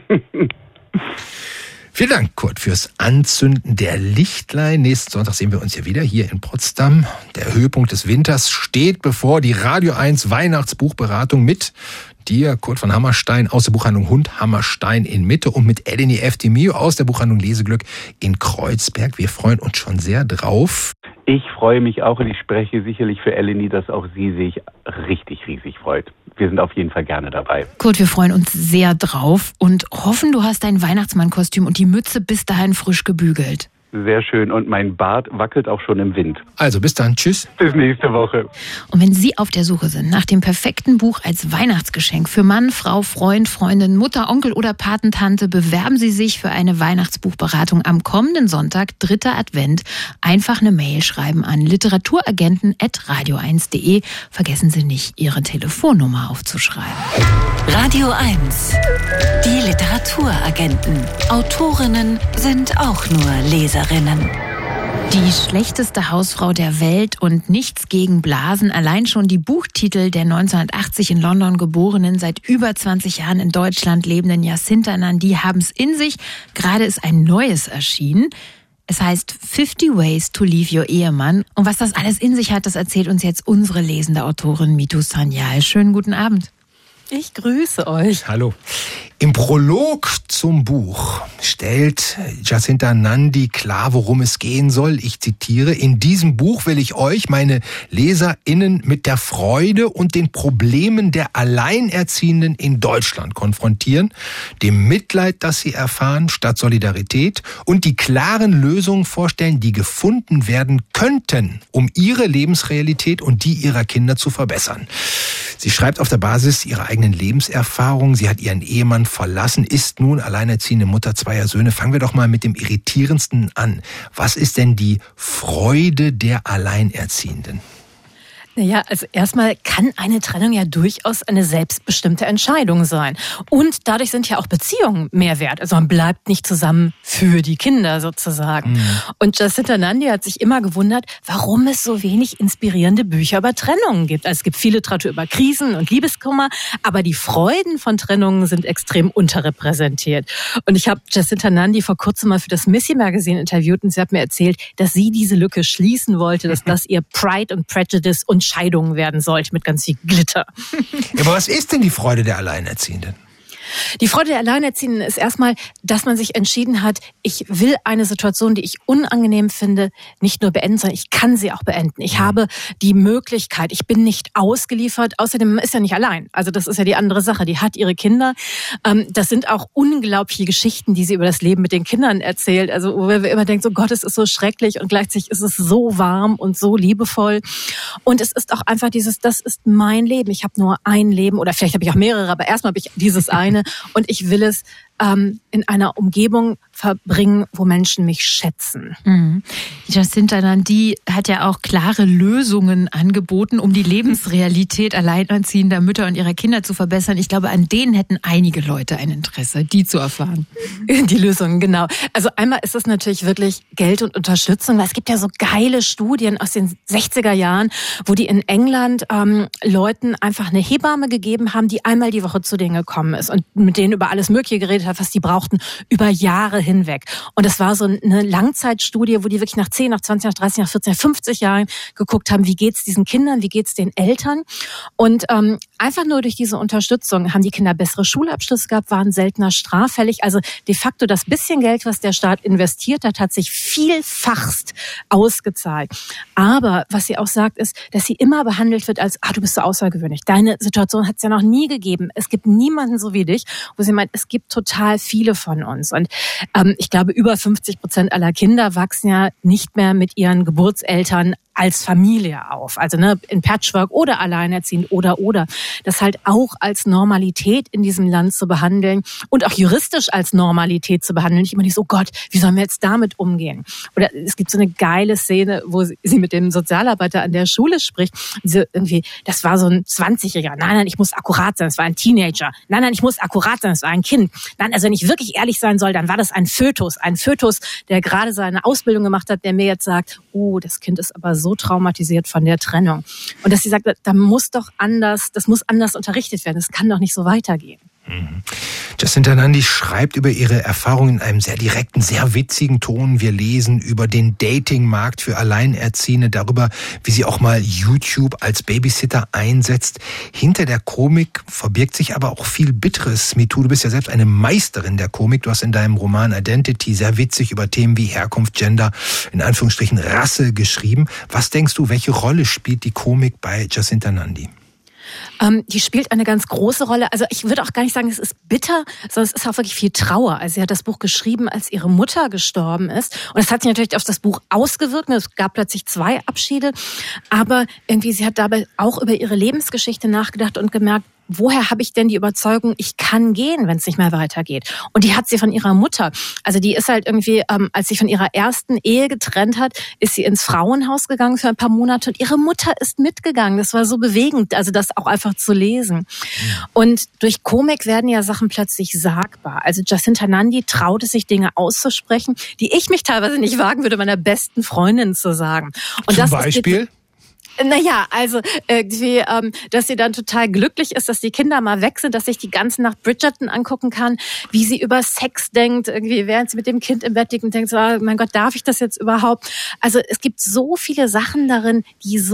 Vielen Dank, Kurt, fürs Anzünden der Lichtlein. Nächsten Sonntag sehen wir uns ja wieder hier in Potsdam. Der Höhepunkt des Winters steht bevor, die Radio eins Weihnachtsbuchberatung mit dir, Kurt von Hammerstein, aus der Buchhandlung Hund Hammerstein in Mitte und mit Eleni Eftimio aus der Buchhandlung Leseglück in Kreuzberg. Wir freuen uns schon sehr drauf. Ich freue mich auch und ich spreche sicherlich für Eleni, dass auch sie sich richtig riesig freut. Wir sind auf jeden Fall gerne dabei. Kurt, wir freuen uns sehr drauf und hoffen, du hast dein Weihnachtsmannkostüm und die Mütze bis dahin frisch gebügelt. Sehr schön und mein Bart wackelt auch schon im Wind. Also bis dann, tschüss. Bis nächste Woche. Und wenn Sie auf der Suche sind nach dem perfekten Buch als Weihnachtsgeschenk für Mann, Frau, Freund, Freundin, Mutter, Onkel oder Patentante, bewerben Sie sich für eine Weihnachtsbuchberatung am kommenden Sonntag, dritter Advent. Einfach eine Mail schreiben an literaturagenten at radio eins punkt de. Vergessen Sie nicht, Ihre Telefonnummer aufzuschreiben. Radio eins. Die Literaturagenten. Autorinnen sind auch nur Leserinnen. Die schlechteste Hausfrau der Welt und Nichts gegen Blasen. Allein schon die Buchtitel der neunzehnhundertachtzig in London geborenen, seit über zwanzig Jahren in Deutschland lebenden Jacinta Nandi haben es in sich. Gerade ist ein neues erschienen. Es heißt fifty Ways to Leave Your Ehemann. Und was das alles in sich hat, das erzählt uns jetzt unsere lesende Autorin Mitu Sanyal. Schönen guten Abend. Ich grüße euch. Hallo. Im Prolog zum Buch stellt Jacinta Nandi klar, worum es gehen soll. Ich zitiere: In diesem Buch will ich euch, meine LeserInnen, mit der Freude und den Problemen der Alleinerziehenden in Deutschland konfrontieren, dem Mitleid, das sie erfahren, statt Solidarität, und die klaren Lösungen vorstellen, die gefunden werden könnten, um ihre Lebensrealität und die ihrer Kinder zu verbessern. Sie schreibt auf der Basis ihrer eigenen Lebenserfahrung. Sie hat ihren Ehemann verlassen, ist nun alleinerziehende Mutter zweier Söhne. Fangen wir doch mal mit dem Irritierendsten an. Was ist denn die Freude der Alleinerziehenden? Naja, also erstmal kann eine Trennung ja durchaus eine selbstbestimmte Entscheidung sein. Und dadurch sind ja auch Beziehungen mehr wert. Also man bleibt nicht zusammen für die Kinder sozusagen. Mhm. Und Jacinta Nandi hat sich immer gewundert, warum es so wenig inspirierende Bücher über Trennungen gibt. Also es gibt viel Literatur über Krisen und Liebeskummer, aber die Freuden von Trennungen sind extrem unterrepräsentiert. Und ich habe Jacinta Nandi vor kurzem mal für das Missy Magazine interviewt und sie hat mir erzählt, dass sie diese Lücke schließen wollte, dass das ihr Pride and Prejudice und Scheidungen werden sollte mit ganz viel Glitter. Ja, aber was ist denn die Freude der Alleinerziehenden? Die Freude der Alleinerziehenden ist erstmal, dass man sich entschieden hat, ich will eine Situation, die ich unangenehm finde, nicht nur beenden, sondern ich kann sie auch beenden. Ich habe die Möglichkeit, ich bin nicht ausgeliefert. Außerdem ist ja nicht allein. Also das ist ja die andere Sache. Die hat ihre Kinder. Das sind auch unglaubliche Geschichten, die sie über das Leben mit den Kindern erzählt. Also wo wir immer denken, so Gott, es ist so schrecklich und gleichzeitig ist es so warm und so liebevoll. Und es ist auch einfach dieses, das ist mein Leben. Ich habe nur ein Leben oder vielleicht habe ich auch mehrere, aber erstmal habe ich dieses eine. Und ich will es ähm, in einer Umgebung verbringen, wo Menschen mich schätzen. Mhm. Jacinta Nandi hat ja auch klare Lösungen angeboten, um die Lebensrealität alleinerziehender Mütter und ihrer Kinder zu verbessern. Ich glaube, an denen hätten einige Leute ein Interesse, die zu erfahren. Die Lösungen, genau. Also einmal ist es natürlich wirklich Geld und Unterstützung, weil es gibt ja so geile Studien aus den sechziger Jahren, wo die in England ähm, Leuten einfach eine Hebamme gegeben haben, die einmal die Woche zu denen gekommen ist und mit denen über alles Mögliche geredet hat, was die brauchten, über Jahre hinweg. Und es war so eine Langzeitstudie, wo die wirklich nach zehn, nach zwanzig, nach dreißig, nach vierzig, nach fünfzig Jahren geguckt haben, wie geht's diesen Kindern, wie geht's den Eltern. Und ähm, einfach nur durch diese Unterstützung haben die Kinder bessere Schulabschlüsse gehabt, waren seltener straffällig. Also de facto das bisschen Geld, was der Staat investiert hat, hat sich vielfachst ausgezahlt. Aber was sie auch sagt, ist, dass sie immer behandelt wird als, ah, du bist so außergewöhnlich. Deine Situation hat es ja noch nie gegeben. Es gibt niemanden so wie dich, wo sie meint, es gibt total viele von uns. Und ähm, ich glaube, über fünfzig Prozent aller Kinder wachsen ja nicht mehr mit ihren Geburtseltern als Familie auf. Also ne, in Patchwork oder alleinerziehend oder oder. Das halt auch als Normalität in diesem Land zu behandeln und auch juristisch als Normalität zu behandeln. Nicht immer nicht so, Gott, wie sollen wir jetzt damit umgehen? Oder es gibt so eine geile Szene, wo sie mit dem Sozialarbeiter an der Schule spricht. Sie irgendwie, das war so ein zwanzigjähriger. Nein, nein, ich muss akkurat sein. Das war ein Teenager. Nein, nein, ich muss akkurat sein. Das war ein Kind. Nein, also wenn ich wirklich ehrlich sein soll, dann war das ein Fötus. Ein Fötus, der gerade seine Ausbildung gemacht hat, der mir jetzt sagt, oh, das Kind ist aber so traumatisiert von der Trennung. Und dass sie sagt, da muss doch anders, das muss anders unterrichtet werden. Das kann doch nicht so weitergehen. Mhm. Jacinta Nandi schreibt über ihre Erfahrungen in einem sehr direkten, sehr witzigen Ton. Wir lesen über den Datingmarkt für Alleinerziehende, darüber, wie sie auch mal YouTube als Babysitter einsetzt. Hinter der Komik verbirgt sich aber auch viel Bitteres. MeToo, du bist ja selbst eine Meisterin der Komik. Du hast in deinem Roman Identity sehr witzig über Themen wie Herkunft, Gender, in Anführungsstrichen Rasse geschrieben. Was denkst du, welche Rolle spielt die Komik bei Jacinta Nandi? Ähm, die spielt eine ganz große Rolle. Also ich würde auch gar nicht sagen, es ist bitter, sondern es ist auch wirklich viel Trauer. Also sie hat das Buch geschrieben, als ihre Mutter gestorben ist. Und es hat sich natürlich auf das Buch ausgewirkt. Es gab plötzlich zwei Abschiede. Aber irgendwie, sie hat dabei auch über ihre Lebensgeschichte nachgedacht und gemerkt, woher habe ich denn die Überzeugung, ich kann gehen, wenn es nicht mehr weitergeht? Und die hat sie von ihrer Mutter. Also die ist halt irgendwie, ähm, als sie von ihrer ersten Ehe getrennt hat, ist sie ins Frauenhaus gegangen für ein paar Monate und ihre Mutter ist mitgegangen. Das war so bewegend, also das auch einfach zu lesen. Und durch Komik werden ja Sachen plötzlich sagbar. Also Jacinta Nandi traut es sich, Dinge auszusprechen, die ich mich teilweise nicht wagen würde, meiner besten Freundin zu sagen. Und Zum das Beispiel? Ist Naja, also irgendwie, ähm, dass sie dann total glücklich ist, dass die Kinder mal weg sind, dass sich die ganze Nacht Bridgerton angucken kann, wie sie über Sex denkt, irgendwie während sie mit dem Kind im Bett liegt und denkt, so, oh mein Gott, darf ich das jetzt überhaupt? Also es gibt so viele Sachen darin, die so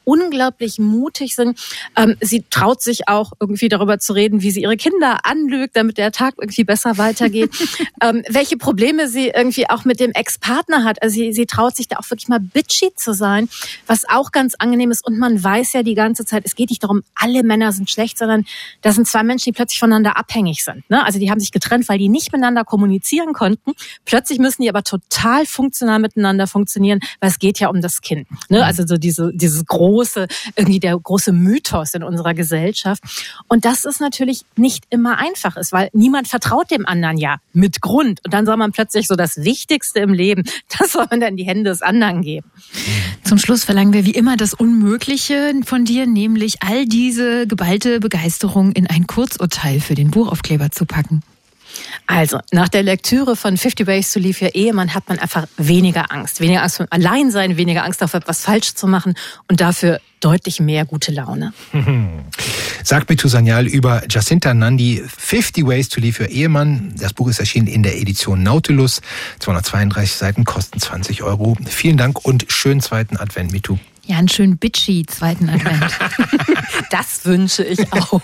unglaublich mutig sind. Ähm, sie traut sich auch irgendwie darüber zu reden, wie sie ihre Kinder anlügt, damit der Tag irgendwie besser weitergeht. ähm, welche Probleme sie irgendwie auch mit dem Ex-Partner hat. Also sie, sie traut sich da auch wirklich mal bitchy zu sein, was auch ganz angenehm ist. Und man weiß ja die ganze Zeit, es geht nicht darum, alle Männer sind schlecht, sondern das sind zwei Menschen, die plötzlich voneinander abhängig sind. Ne? Also die haben sich getrennt, weil die nicht miteinander kommunizieren konnten. Plötzlich müssen die aber total funktional miteinander funktionieren, weil es geht ja um das Kind. Ne? Also so diese, dieses große, irgendwie der große Mythos in unserer Gesellschaft. Und das ist natürlich nicht immer einfach ist, weil niemand vertraut dem anderen ja mit Grund. Und dann soll man plötzlich so das Wichtigste im Leben, das soll man dann in die Hände des anderen geben. Zum Schluss verlangen wir wie immer das Unmögliche von dir, nämlich all diese geballte Begeisterung in ein Kurzurteil für den Buchaufkleber zu packen. Also, nach der Lektüre von fifty Ways to Leave Your Ehemann hat man einfach weniger Angst. Weniger Angst vor dem Alleinsein, weniger Angst davor, etwas falsch zu machen und dafür deutlich mehr gute Laune. Sagt Mitu Sanyal über Jacinta Nandi, fifty Ways to Leave Your Ehemann. Das Buch ist erschienen in der Edition Nautilus. zweihundertzweiunddreißig Seiten, kosten zwanzig Euro. Vielen Dank und schönen zweiten Advent, Mitu. Ja, einen schönen bitchy zweiten Advent. Das wünsche ich auch.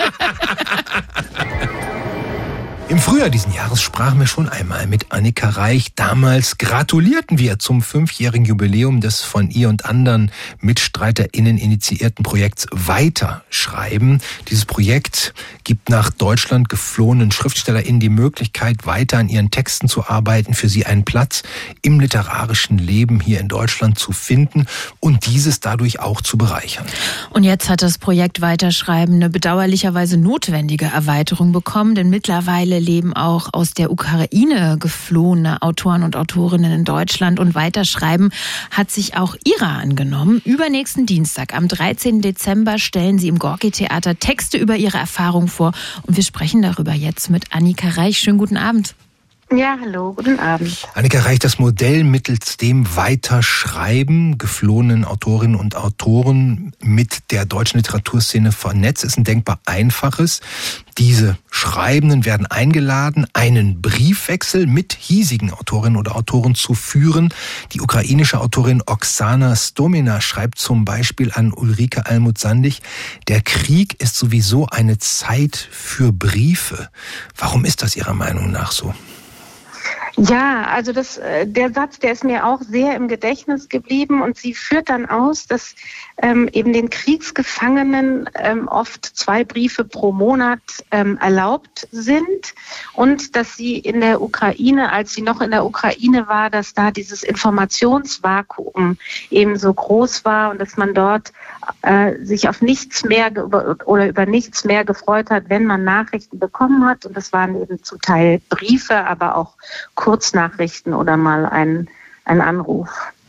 Im Frühjahr diesen Jahres sprachen wir schon einmal mit Annika Reich. Damals gratulierten wir zum fünfjährigen Jubiläum des von ihr und anderen MitstreiterInnen initiierten Projekts Weiterschreiben. Dieses Projekt gibt nach Deutschland geflohenen SchriftstellerInnen die Möglichkeit, weiter an ihren Texten zu arbeiten, für sie einen Platz im literarischen Leben hier in Deutschland zu finden und dieses dadurch auch zu bereichern. Und jetzt hat das Projekt Weiterschreiben eine bedauerlicherweise notwendige Erweiterung bekommen, denn mittlerweile leben auch aus der Ukraine geflohene Autoren und Autorinnen in Deutschland und Weiterschreiben hat sich auch ihrer angenommen. Übernächsten Dienstag, am dreizehnten Dezember, stellen sie im Gorki-Theater Texte über ihre Erfahrung vor und wir sprechen darüber jetzt mit Annika Reich. Schönen guten Abend. Ja, hallo, guten Abend. Annika Reich, das Modell, mittels dem Weiterschreiben geflohenen Autorinnen und Autoren mit der deutschen Literaturszene vernetzt, ist ein denkbar einfaches. Diese Schreibenden werden eingeladen, einen Briefwechsel mit hiesigen Autorinnen oder Autoren zu führen. Die ukrainische Autorin Oksana Stomina schreibt zum Beispiel an Ulrike Almuth-Sandig, der Krieg ist sowieso eine Zeit für Briefe. Warum ist das Ihrer Meinung nach so? Ja, also das, der Satz, der ist mir auch sehr im Gedächtnis geblieben und sie führt dann aus, dass ähm, eben den Kriegsgefangenen ähm, oft zwei Briefe pro Monat ähm, erlaubt sind und dass sie in der Ukraine, als sie noch in der Ukraine war, dass da dieses Informationsvakuum eben so groß war und dass man dort äh, sich auf nichts mehr ge- oder über nichts mehr gefreut hat, wenn man Nachrichten bekommen hat und das waren eben zum Teil Briefe, aber auch Kurznachrichten oder mal ein, ein Anruf.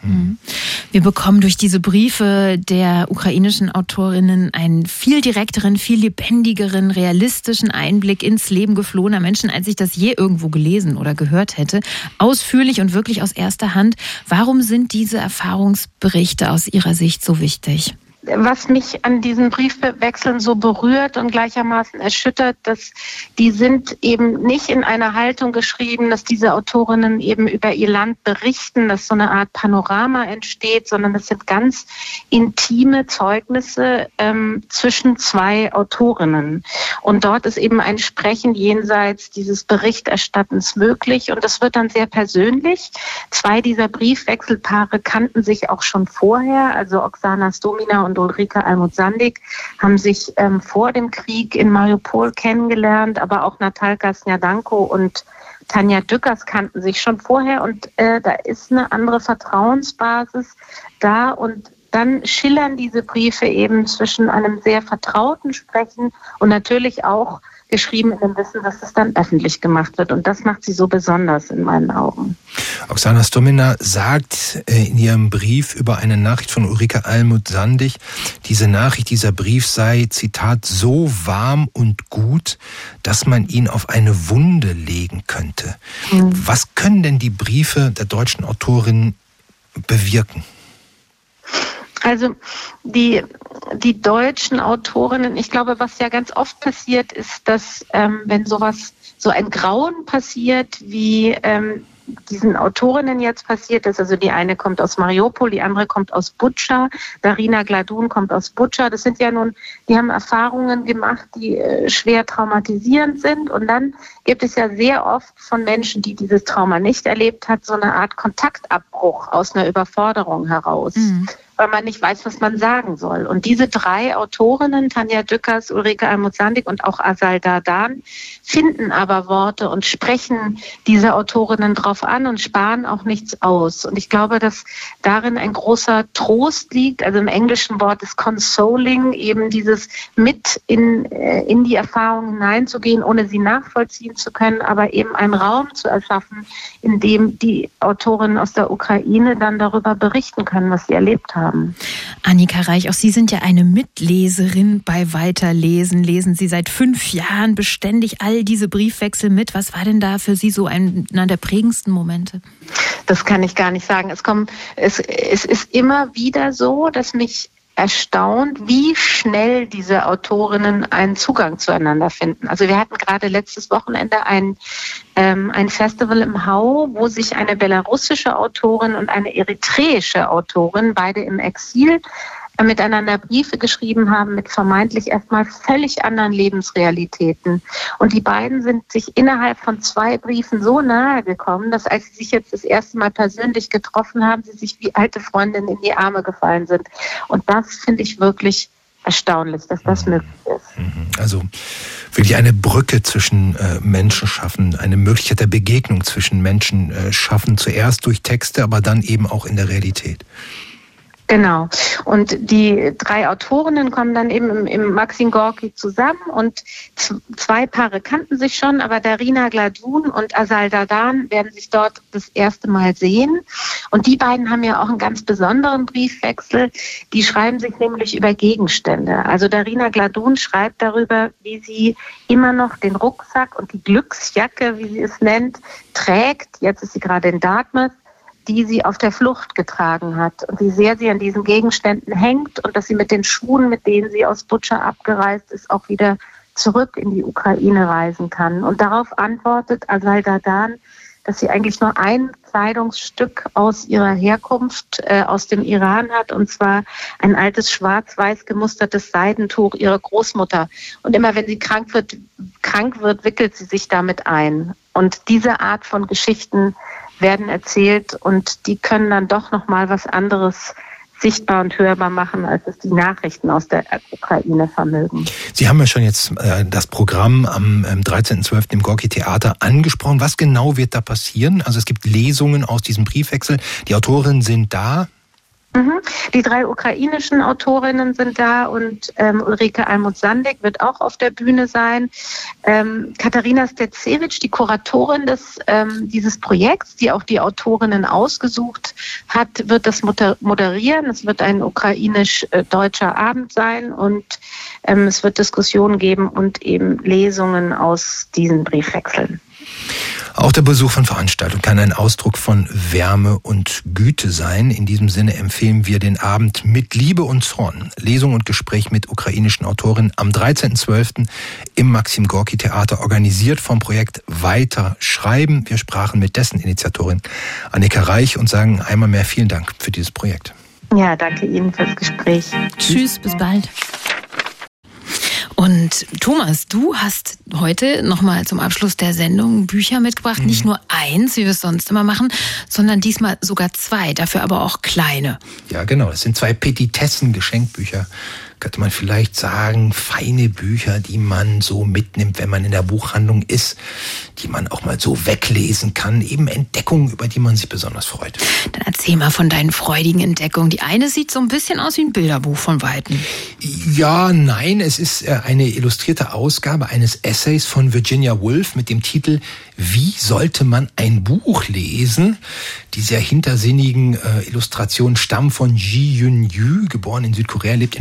Wir bekommen durch diese Briefe der ukrainischen Autorinnen einen viel direkteren, viel lebendigeren, realistischen Einblick ins Leben geflohener Menschen, als ich das je irgendwo gelesen oder gehört hätte. Ausführlich und wirklich aus erster Hand. Warum sind diese Erfahrungsberichte aus Ihrer Sicht so wichtig? Was mich an diesen Briefwechseln so berührt und gleichermaßen erschüttert, dass die sind eben nicht in einer Haltung geschrieben, dass diese Autorinnen eben über ihr Land berichten, dass so eine Art Panorama entsteht, sondern es sind ganz intime Zeugnisse ähm, zwischen zwei Autorinnen. Und dort ist eben ein Sprechen jenseits dieses Berichterstattens möglich und das wird dann sehr persönlich. Zwei dieser Briefwechselpaare kannten sich auch schon vorher, also Oksana Stomina und und Ulrike Almuth-Sandig haben sich ähm, vor dem Krieg in Mariupol kennengelernt, aber auch Natalka Snjadanko und Tanja Dückers kannten sich schon vorher und äh, da ist eine andere Vertrauensbasis da und dann schillern diese Briefe eben zwischen einem sehr vertrauten Sprechen und natürlich auch geschrieben in dem Wissen, dass es dann öffentlich gemacht wird. Und das macht sie so besonders in meinen Augen. Oksana Stomina sagt in ihrem Brief über eine Nachricht von Ulrike Almuth-Sandig, diese Nachricht, dieser Brief sei, Zitat, so warm und gut, dass man ihn auf eine Wunde legen könnte. Mhm. Was können denn die Briefe der deutschen Autorin bewirken? Also die, die deutschen Autorinnen, ich glaube, was ja ganz oft passiert, ist, dass ähm, wenn sowas, so ein Grauen passiert, wie ähm, diesen Autorinnen jetzt passiert ist. Also die eine kommt aus Mariupol, die andere kommt aus Butscha. Darina Gladun kommt aus Butscha. Das sind ja nun, die haben Erfahrungen gemacht, die äh, schwer traumatisierend sind. Und dann gibt es ja sehr oft von Menschen, die dieses Trauma nicht erlebt hat, so eine Art Kontaktabbruch aus einer Überforderung heraus. Mhm. Weil man nicht weiß, was man sagen soll. Und diese drei Autorinnen, Tanja Dückers, Ulrike Almutsandig und auch Azal Dardan, finden aber Worte und sprechen diese Autorinnen drauf an und sparen auch nichts aus. Und ich glaube, dass darin ein großer Trost liegt. Also im englischen Wort ist Consoling, eben dieses mit in, in die Erfahrung hineinzugehen, ohne sie nachvollziehen zu können, aber eben einen Raum zu erschaffen, in dem die Autorinnen aus der Ukraine dann darüber berichten können, was sie erlebt haben. Annika Reich, auch Sie sind ja eine Mitleserin bei Weiterlesen. Lesen Sie seit fünf Jahren beständig all diese Briefwechsel mit. Was war denn da für Sie so einer der prägendsten Momente? Das kann ich gar nicht sagen. Es kommt, es, es ist immer wieder so, dass mich erstaunt, wie schnell diese Autorinnen einen Zugang zueinander finden. Also wir hatten gerade letztes Wochenende ein, ähm, ein Festival im Hau, wo sich eine belarussische Autorin und eine eritreische Autorin, beide im Exil, miteinander Briefe geschrieben haben mit vermeintlich erstmal völlig anderen Lebensrealitäten. Und die beiden sind sich innerhalb von zwei Briefen so nahe gekommen, dass als sie sich jetzt das erste Mal persönlich getroffen haben, sie sich wie alte Freundinnen in die Arme gefallen sind. Und das finde ich wirklich erstaunlich, dass das möglich ist. Also wirklich eine Brücke zwischen äh, Menschen schaffen, eine Möglichkeit der Begegnung zwischen Menschen äh, schaffen, zuerst durch Texte, aber dann eben auch in der Realität. Genau. Und die drei Autorinnen kommen dann eben im, im Maxim Gorki zusammen und z- zwei Paare kannten sich schon, aber Darina Gladun und Azal Dardan werden sich dort das erste Mal sehen. Und die beiden haben ja auch einen ganz besonderen Briefwechsel. Die schreiben sich nämlich über Gegenstände. Also Darina Gladun schreibt darüber, wie sie immer noch den Rucksack und die Glücksjacke, wie sie es nennt, trägt. Jetzt ist sie gerade in Dartmouth, die sie auf der Flucht getragen hat und wie sehr sie an diesen Gegenständen hängt und dass sie mit den Schuhen, mit denen sie aus Butscha abgereist ist, auch wieder zurück in die Ukraine reisen kann. Und darauf antwortet Azal Dardan, dass sie eigentlich nur ein Kleidungsstück aus ihrer Herkunft, äh, aus dem Iran hat, und zwar ein altes schwarz-weiß gemustertes Seidentuch ihrer Großmutter. Und immer wenn sie krank wird, krank wird, wickelt sie sich damit ein. Und diese Art von Geschichten werden erzählt und die können dann doch noch mal was anderes sichtbar und hörbar machen, als es die Nachrichten aus der Ukraine vermögen. Sie haben ja schon jetzt äh, das Programm am ähm, dreizehnten zwölften im Gorki Theater angesprochen. Was genau wird da passieren? Also es gibt Lesungen aus diesem Briefwechsel. Die Autorinnen sind da. Mhm. Die drei ukrainischen Autorinnen sind da und ähm, Ulrike Almutsandig wird auch auf der Bühne sein. Ähm, Katharina Stecevich, die Kuratorin des, ähm, dieses Projekts, die auch die Autorinnen ausgesucht hat, wird das moderieren. Es wird ein ukrainisch-deutscher Abend sein und ähm, es wird Diskussionen geben und eben Lesungen aus diesen Briefwechseln. Auch der Besuch von Veranstaltungen kann ein Ausdruck von Wärme und Güte sein. In diesem Sinne empfehlen wir den Abend Mit Liebe und Zorn. Lesung und Gespräch mit ukrainischen Autorinnen am dreizehnten zwölften im Maxim Gorki Theater, organisiert vom Projekt Weiter Schreiben. Wir sprachen mit dessen Initiatorin Annika Reich und sagen einmal mehr vielen Dank für dieses Projekt. Ja, danke Ihnen fürs Gespräch. Tschüss, bis bald. Und Thomas, du hast heute nochmal zum Abschluss der Sendung Bücher mitgebracht. Mhm. Nicht nur eins, wie wir es sonst immer machen, sondern diesmal sogar zwei, dafür aber auch kleine. Ja, genau. Das sind zwei Petitessen-Geschenkbücher. Könnte man vielleicht sagen, feine Bücher, die man so mitnimmt, wenn man in der Buchhandlung ist, die man auch mal so weglesen kann. Eben Entdeckungen, über die man sich besonders freut. Dann erzähl mal von deinen freudigen Entdeckungen. Die eine sieht so ein bisschen aus wie ein Bilderbuch von Weitem. Ja, nein, es ist eine illustrierte Ausgabe eines Essays von Virginia Woolf mit dem Titel Wie sollte man ein Buch lesen? Die sehr hintersinnigen äh, Illustrationen stammen von Ji Yun Yu, geboren in Südkorea, lebt in Frankfurt am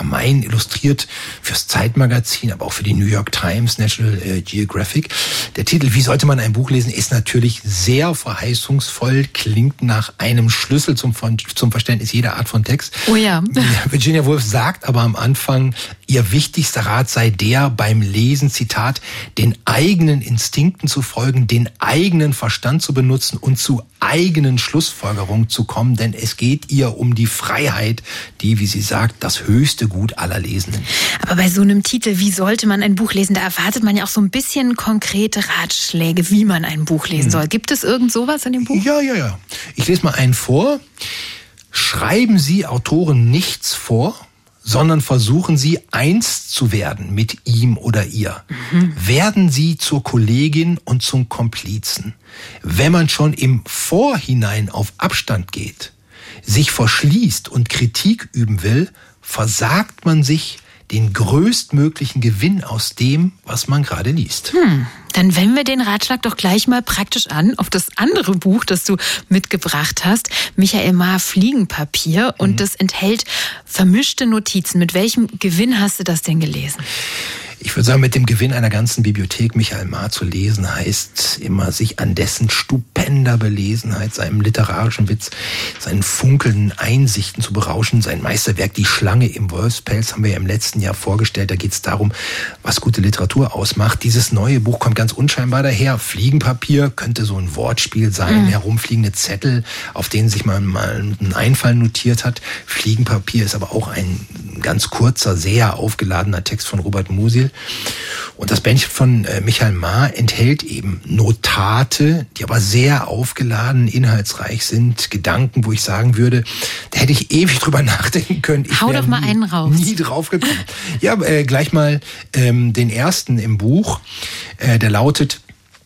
allgemein illustriert fürs Zeitmagazin, aber auch für die New York Times, National Geographic. Der Titel Wie sollte man ein Buch lesen ist natürlich sehr verheißungsvoll, klingt nach einem Schlüssel zum, zum Verständnis jeder Art von Text. Oh ja. Virginia Woolf sagt aber am Anfang, ihr wichtigster Rat sei der, beim Lesen, Zitat, den eigenen Instinkten zu folgen, den eigenen Verstand zu benutzen und zu eigenen Schlussfolgerungen zu kommen, denn es geht ihr um die Freiheit, die, wie sie sagt, das höchste Gut aller Lesenden. Aber bei so einem Titel, wie sollte man ein Buch lesen, da erwartet man ja auch so ein bisschen konkrete Ratschläge, wie man ein Buch lesen hm. soll. Gibt es irgend sowas in dem Buch? Ja, ja, ja. Ich lese mal einen vor. Schreiben Sie Autoren nichts vor, sondern versuchen Sie, eins zu werden mit ihm oder ihr. Mhm. Werden Sie zur Kollegin und zum Komplizen. Wenn man schon im Vorhinein auf Abstand geht, sich verschließt und Kritik üben will, versagt man sich den größtmöglichen Gewinn aus dem, was man gerade liest. Hm, dann wenden wir den Ratschlag doch gleich mal praktisch an auf das andere Buch, das du mitgebracht hast, Michael Maar Fliegenpapier. Und mhm. das enthält vermischte Notizen. Mit welchem Gewinn hast du das denn gelesen? Ich würde sagen, mit dem Gewinn einer ganzen Bibliothek Michael Maar zu lesen, heißt immer, sich an dessen stupender Belesenheit, seinem literarischen Witz, seinen funkelnden Einsichten zu berauschen. Sein Meisterwerk Die Schlange im Wolfspelz haben wir ja im letzten Jahr vorgestellt. Da geht es darum, was gute Literatur ausmacht. Dieses neue Buch kommt ganz unscheinbar daher. Fliegenpapier könnte so ein Wortspiel sein, mhm. herumfliegende Zettel, auf denen sich man mal einen Einfall notiert hat. Fliegenpapier ist aber auch ein ganz kurzer, sehr aufgeladener Text von Robert Musil. Und das Bändchen von Michael Maar enthält eben Notate, die aber sehr aufgeladen, inhaltsreich sind. Gedanken, wo ich sagen würde, da hätte ich ewig drüber nachdenken können. Ich Hau doch mal nie, einen raus. Nie drauf gekommen. Ja, äh, gleich mal ähm, den ersten im Buch. Äh, der lautet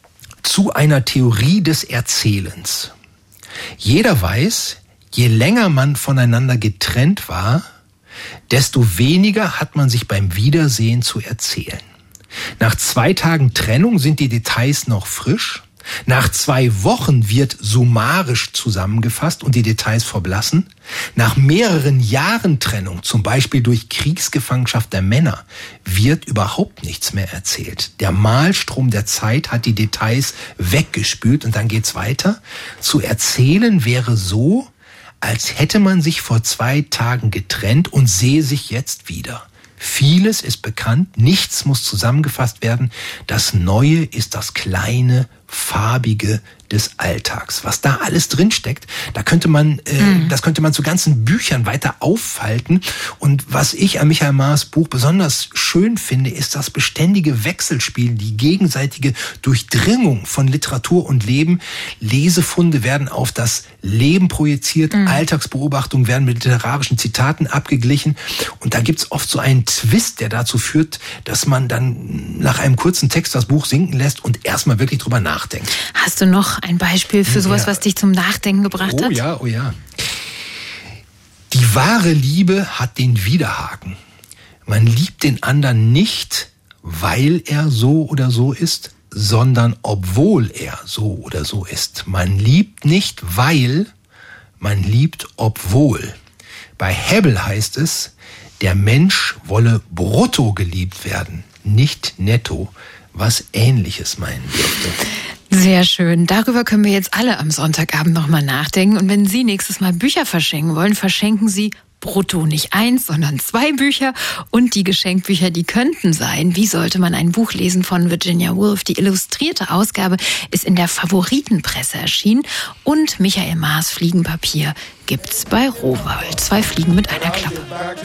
Zu einer Theorie des Erzählens. Jeder weiß, je länger man voneinander getrennt war, desto weniger hat man sich beim Wiedersehen zu erzählen. Nach zwei Tagen Trennung sind die Details noch frisch. Nach zwei Wochen wird summarisch zusammengefasst und die Details verblassen. Nach mehreren Jahren Trennung, zum Beispiel durch Kriegsgefangenschaft der Männer, wird überhaupt nichts mehr erzählt. Der Malstrom der Zeit hat die Details weggespült und dann geht's weiter. Zu erzählen wäre so, als hätte man sich vor zwei Tagen getrennt und sehe sich jetzt wieder. Vieles ist bekannt, nichts muss zusammengefasst werden. Das Neue ist das kleine, farbige des Alltags. Was da alles drinsteckt, da könnte man, äh, mhm. das könnte man zu ganzen Büchern weiter auffalten. Und was ich an Michael Maars Buch besonders schön finde, ist das beständige Wechselspiel, die gegenseitige Durchdringung von Literatur und Leben. Lesefunde werden auf das Leben projiziert, mhm. Alltagsbeobachtungen werden mit literarischen Zitaten abgeglichen. Und da gibt's oft so einen Twist, der dazu führt, dass man dann nach einem kurzen Text das Buch sinken lässt und erstmal wirklich drüber nachdenkt. Hast du noch ein Beispiel für sowas, ja. was dich zum Nachdenken gebracht oh, hat? Oh ja, oh ja. Die wahre Liebe hat den Widerhaken. Man liebt den anderen nicht, weil er so oder so ist, sondern obwohl er so oder so ist. Man liebt nicht, weil, man liebt obwohl. Bei Hebbel heißt es, der Mensch wolle brutto geliebt werden, nicht netto, was Ähnliches meinen dürfte. Sehr schön. Darüber können wir jetzt alle am Sonntagabend nochmal nachdenken. Und wenn Sie nächstes Mal Bücher verschenken wollen, verschenken Sie brutto nicht eins, sondern zwei Bücher. Und die Geschenkbücher, die könnten sein, wie sollte man ein Buch lesen von Virginia Woolf. Die illustrierte Ausgabe ist in der Favoritenpresse erschienen. Und Michael Maars Fliegenpapier gibt's bei Rowohlt. Zwei Fliegen mit einer Klappe.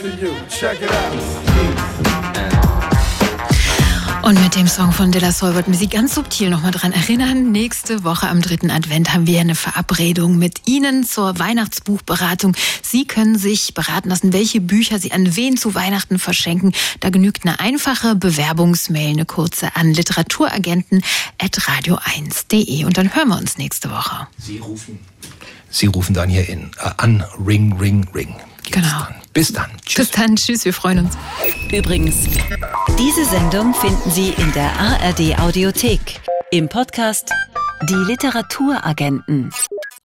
Und mit dem Song von De La Soul wollten wir Sie ganz subtil nochmal dran erinnern. Nächste Woche am dritten Advent haben wir eine Verabredung mit Ihnen zur Weihnachtsbuchberatung. Sie können sich beraten lassen, welche Bücher Sie an wen zu Weihnachten verschenken. Da genügt eine einfache Bewerbungsmail, eine kurze an literaturagenten at radio eins punkt de. Und dann hören wir uns nächste Woche. Sie rufen, Sie rufen dann hier in, äh, an. Ring, ring, ring. Genau. Dann. Bis dann. Tschüss. Bis dann. Tschüss. Wir freuen uns. Übrigens, diese Sendung finden Sie in der A R D Audiothek. Im Podcast Die Literaturagenten.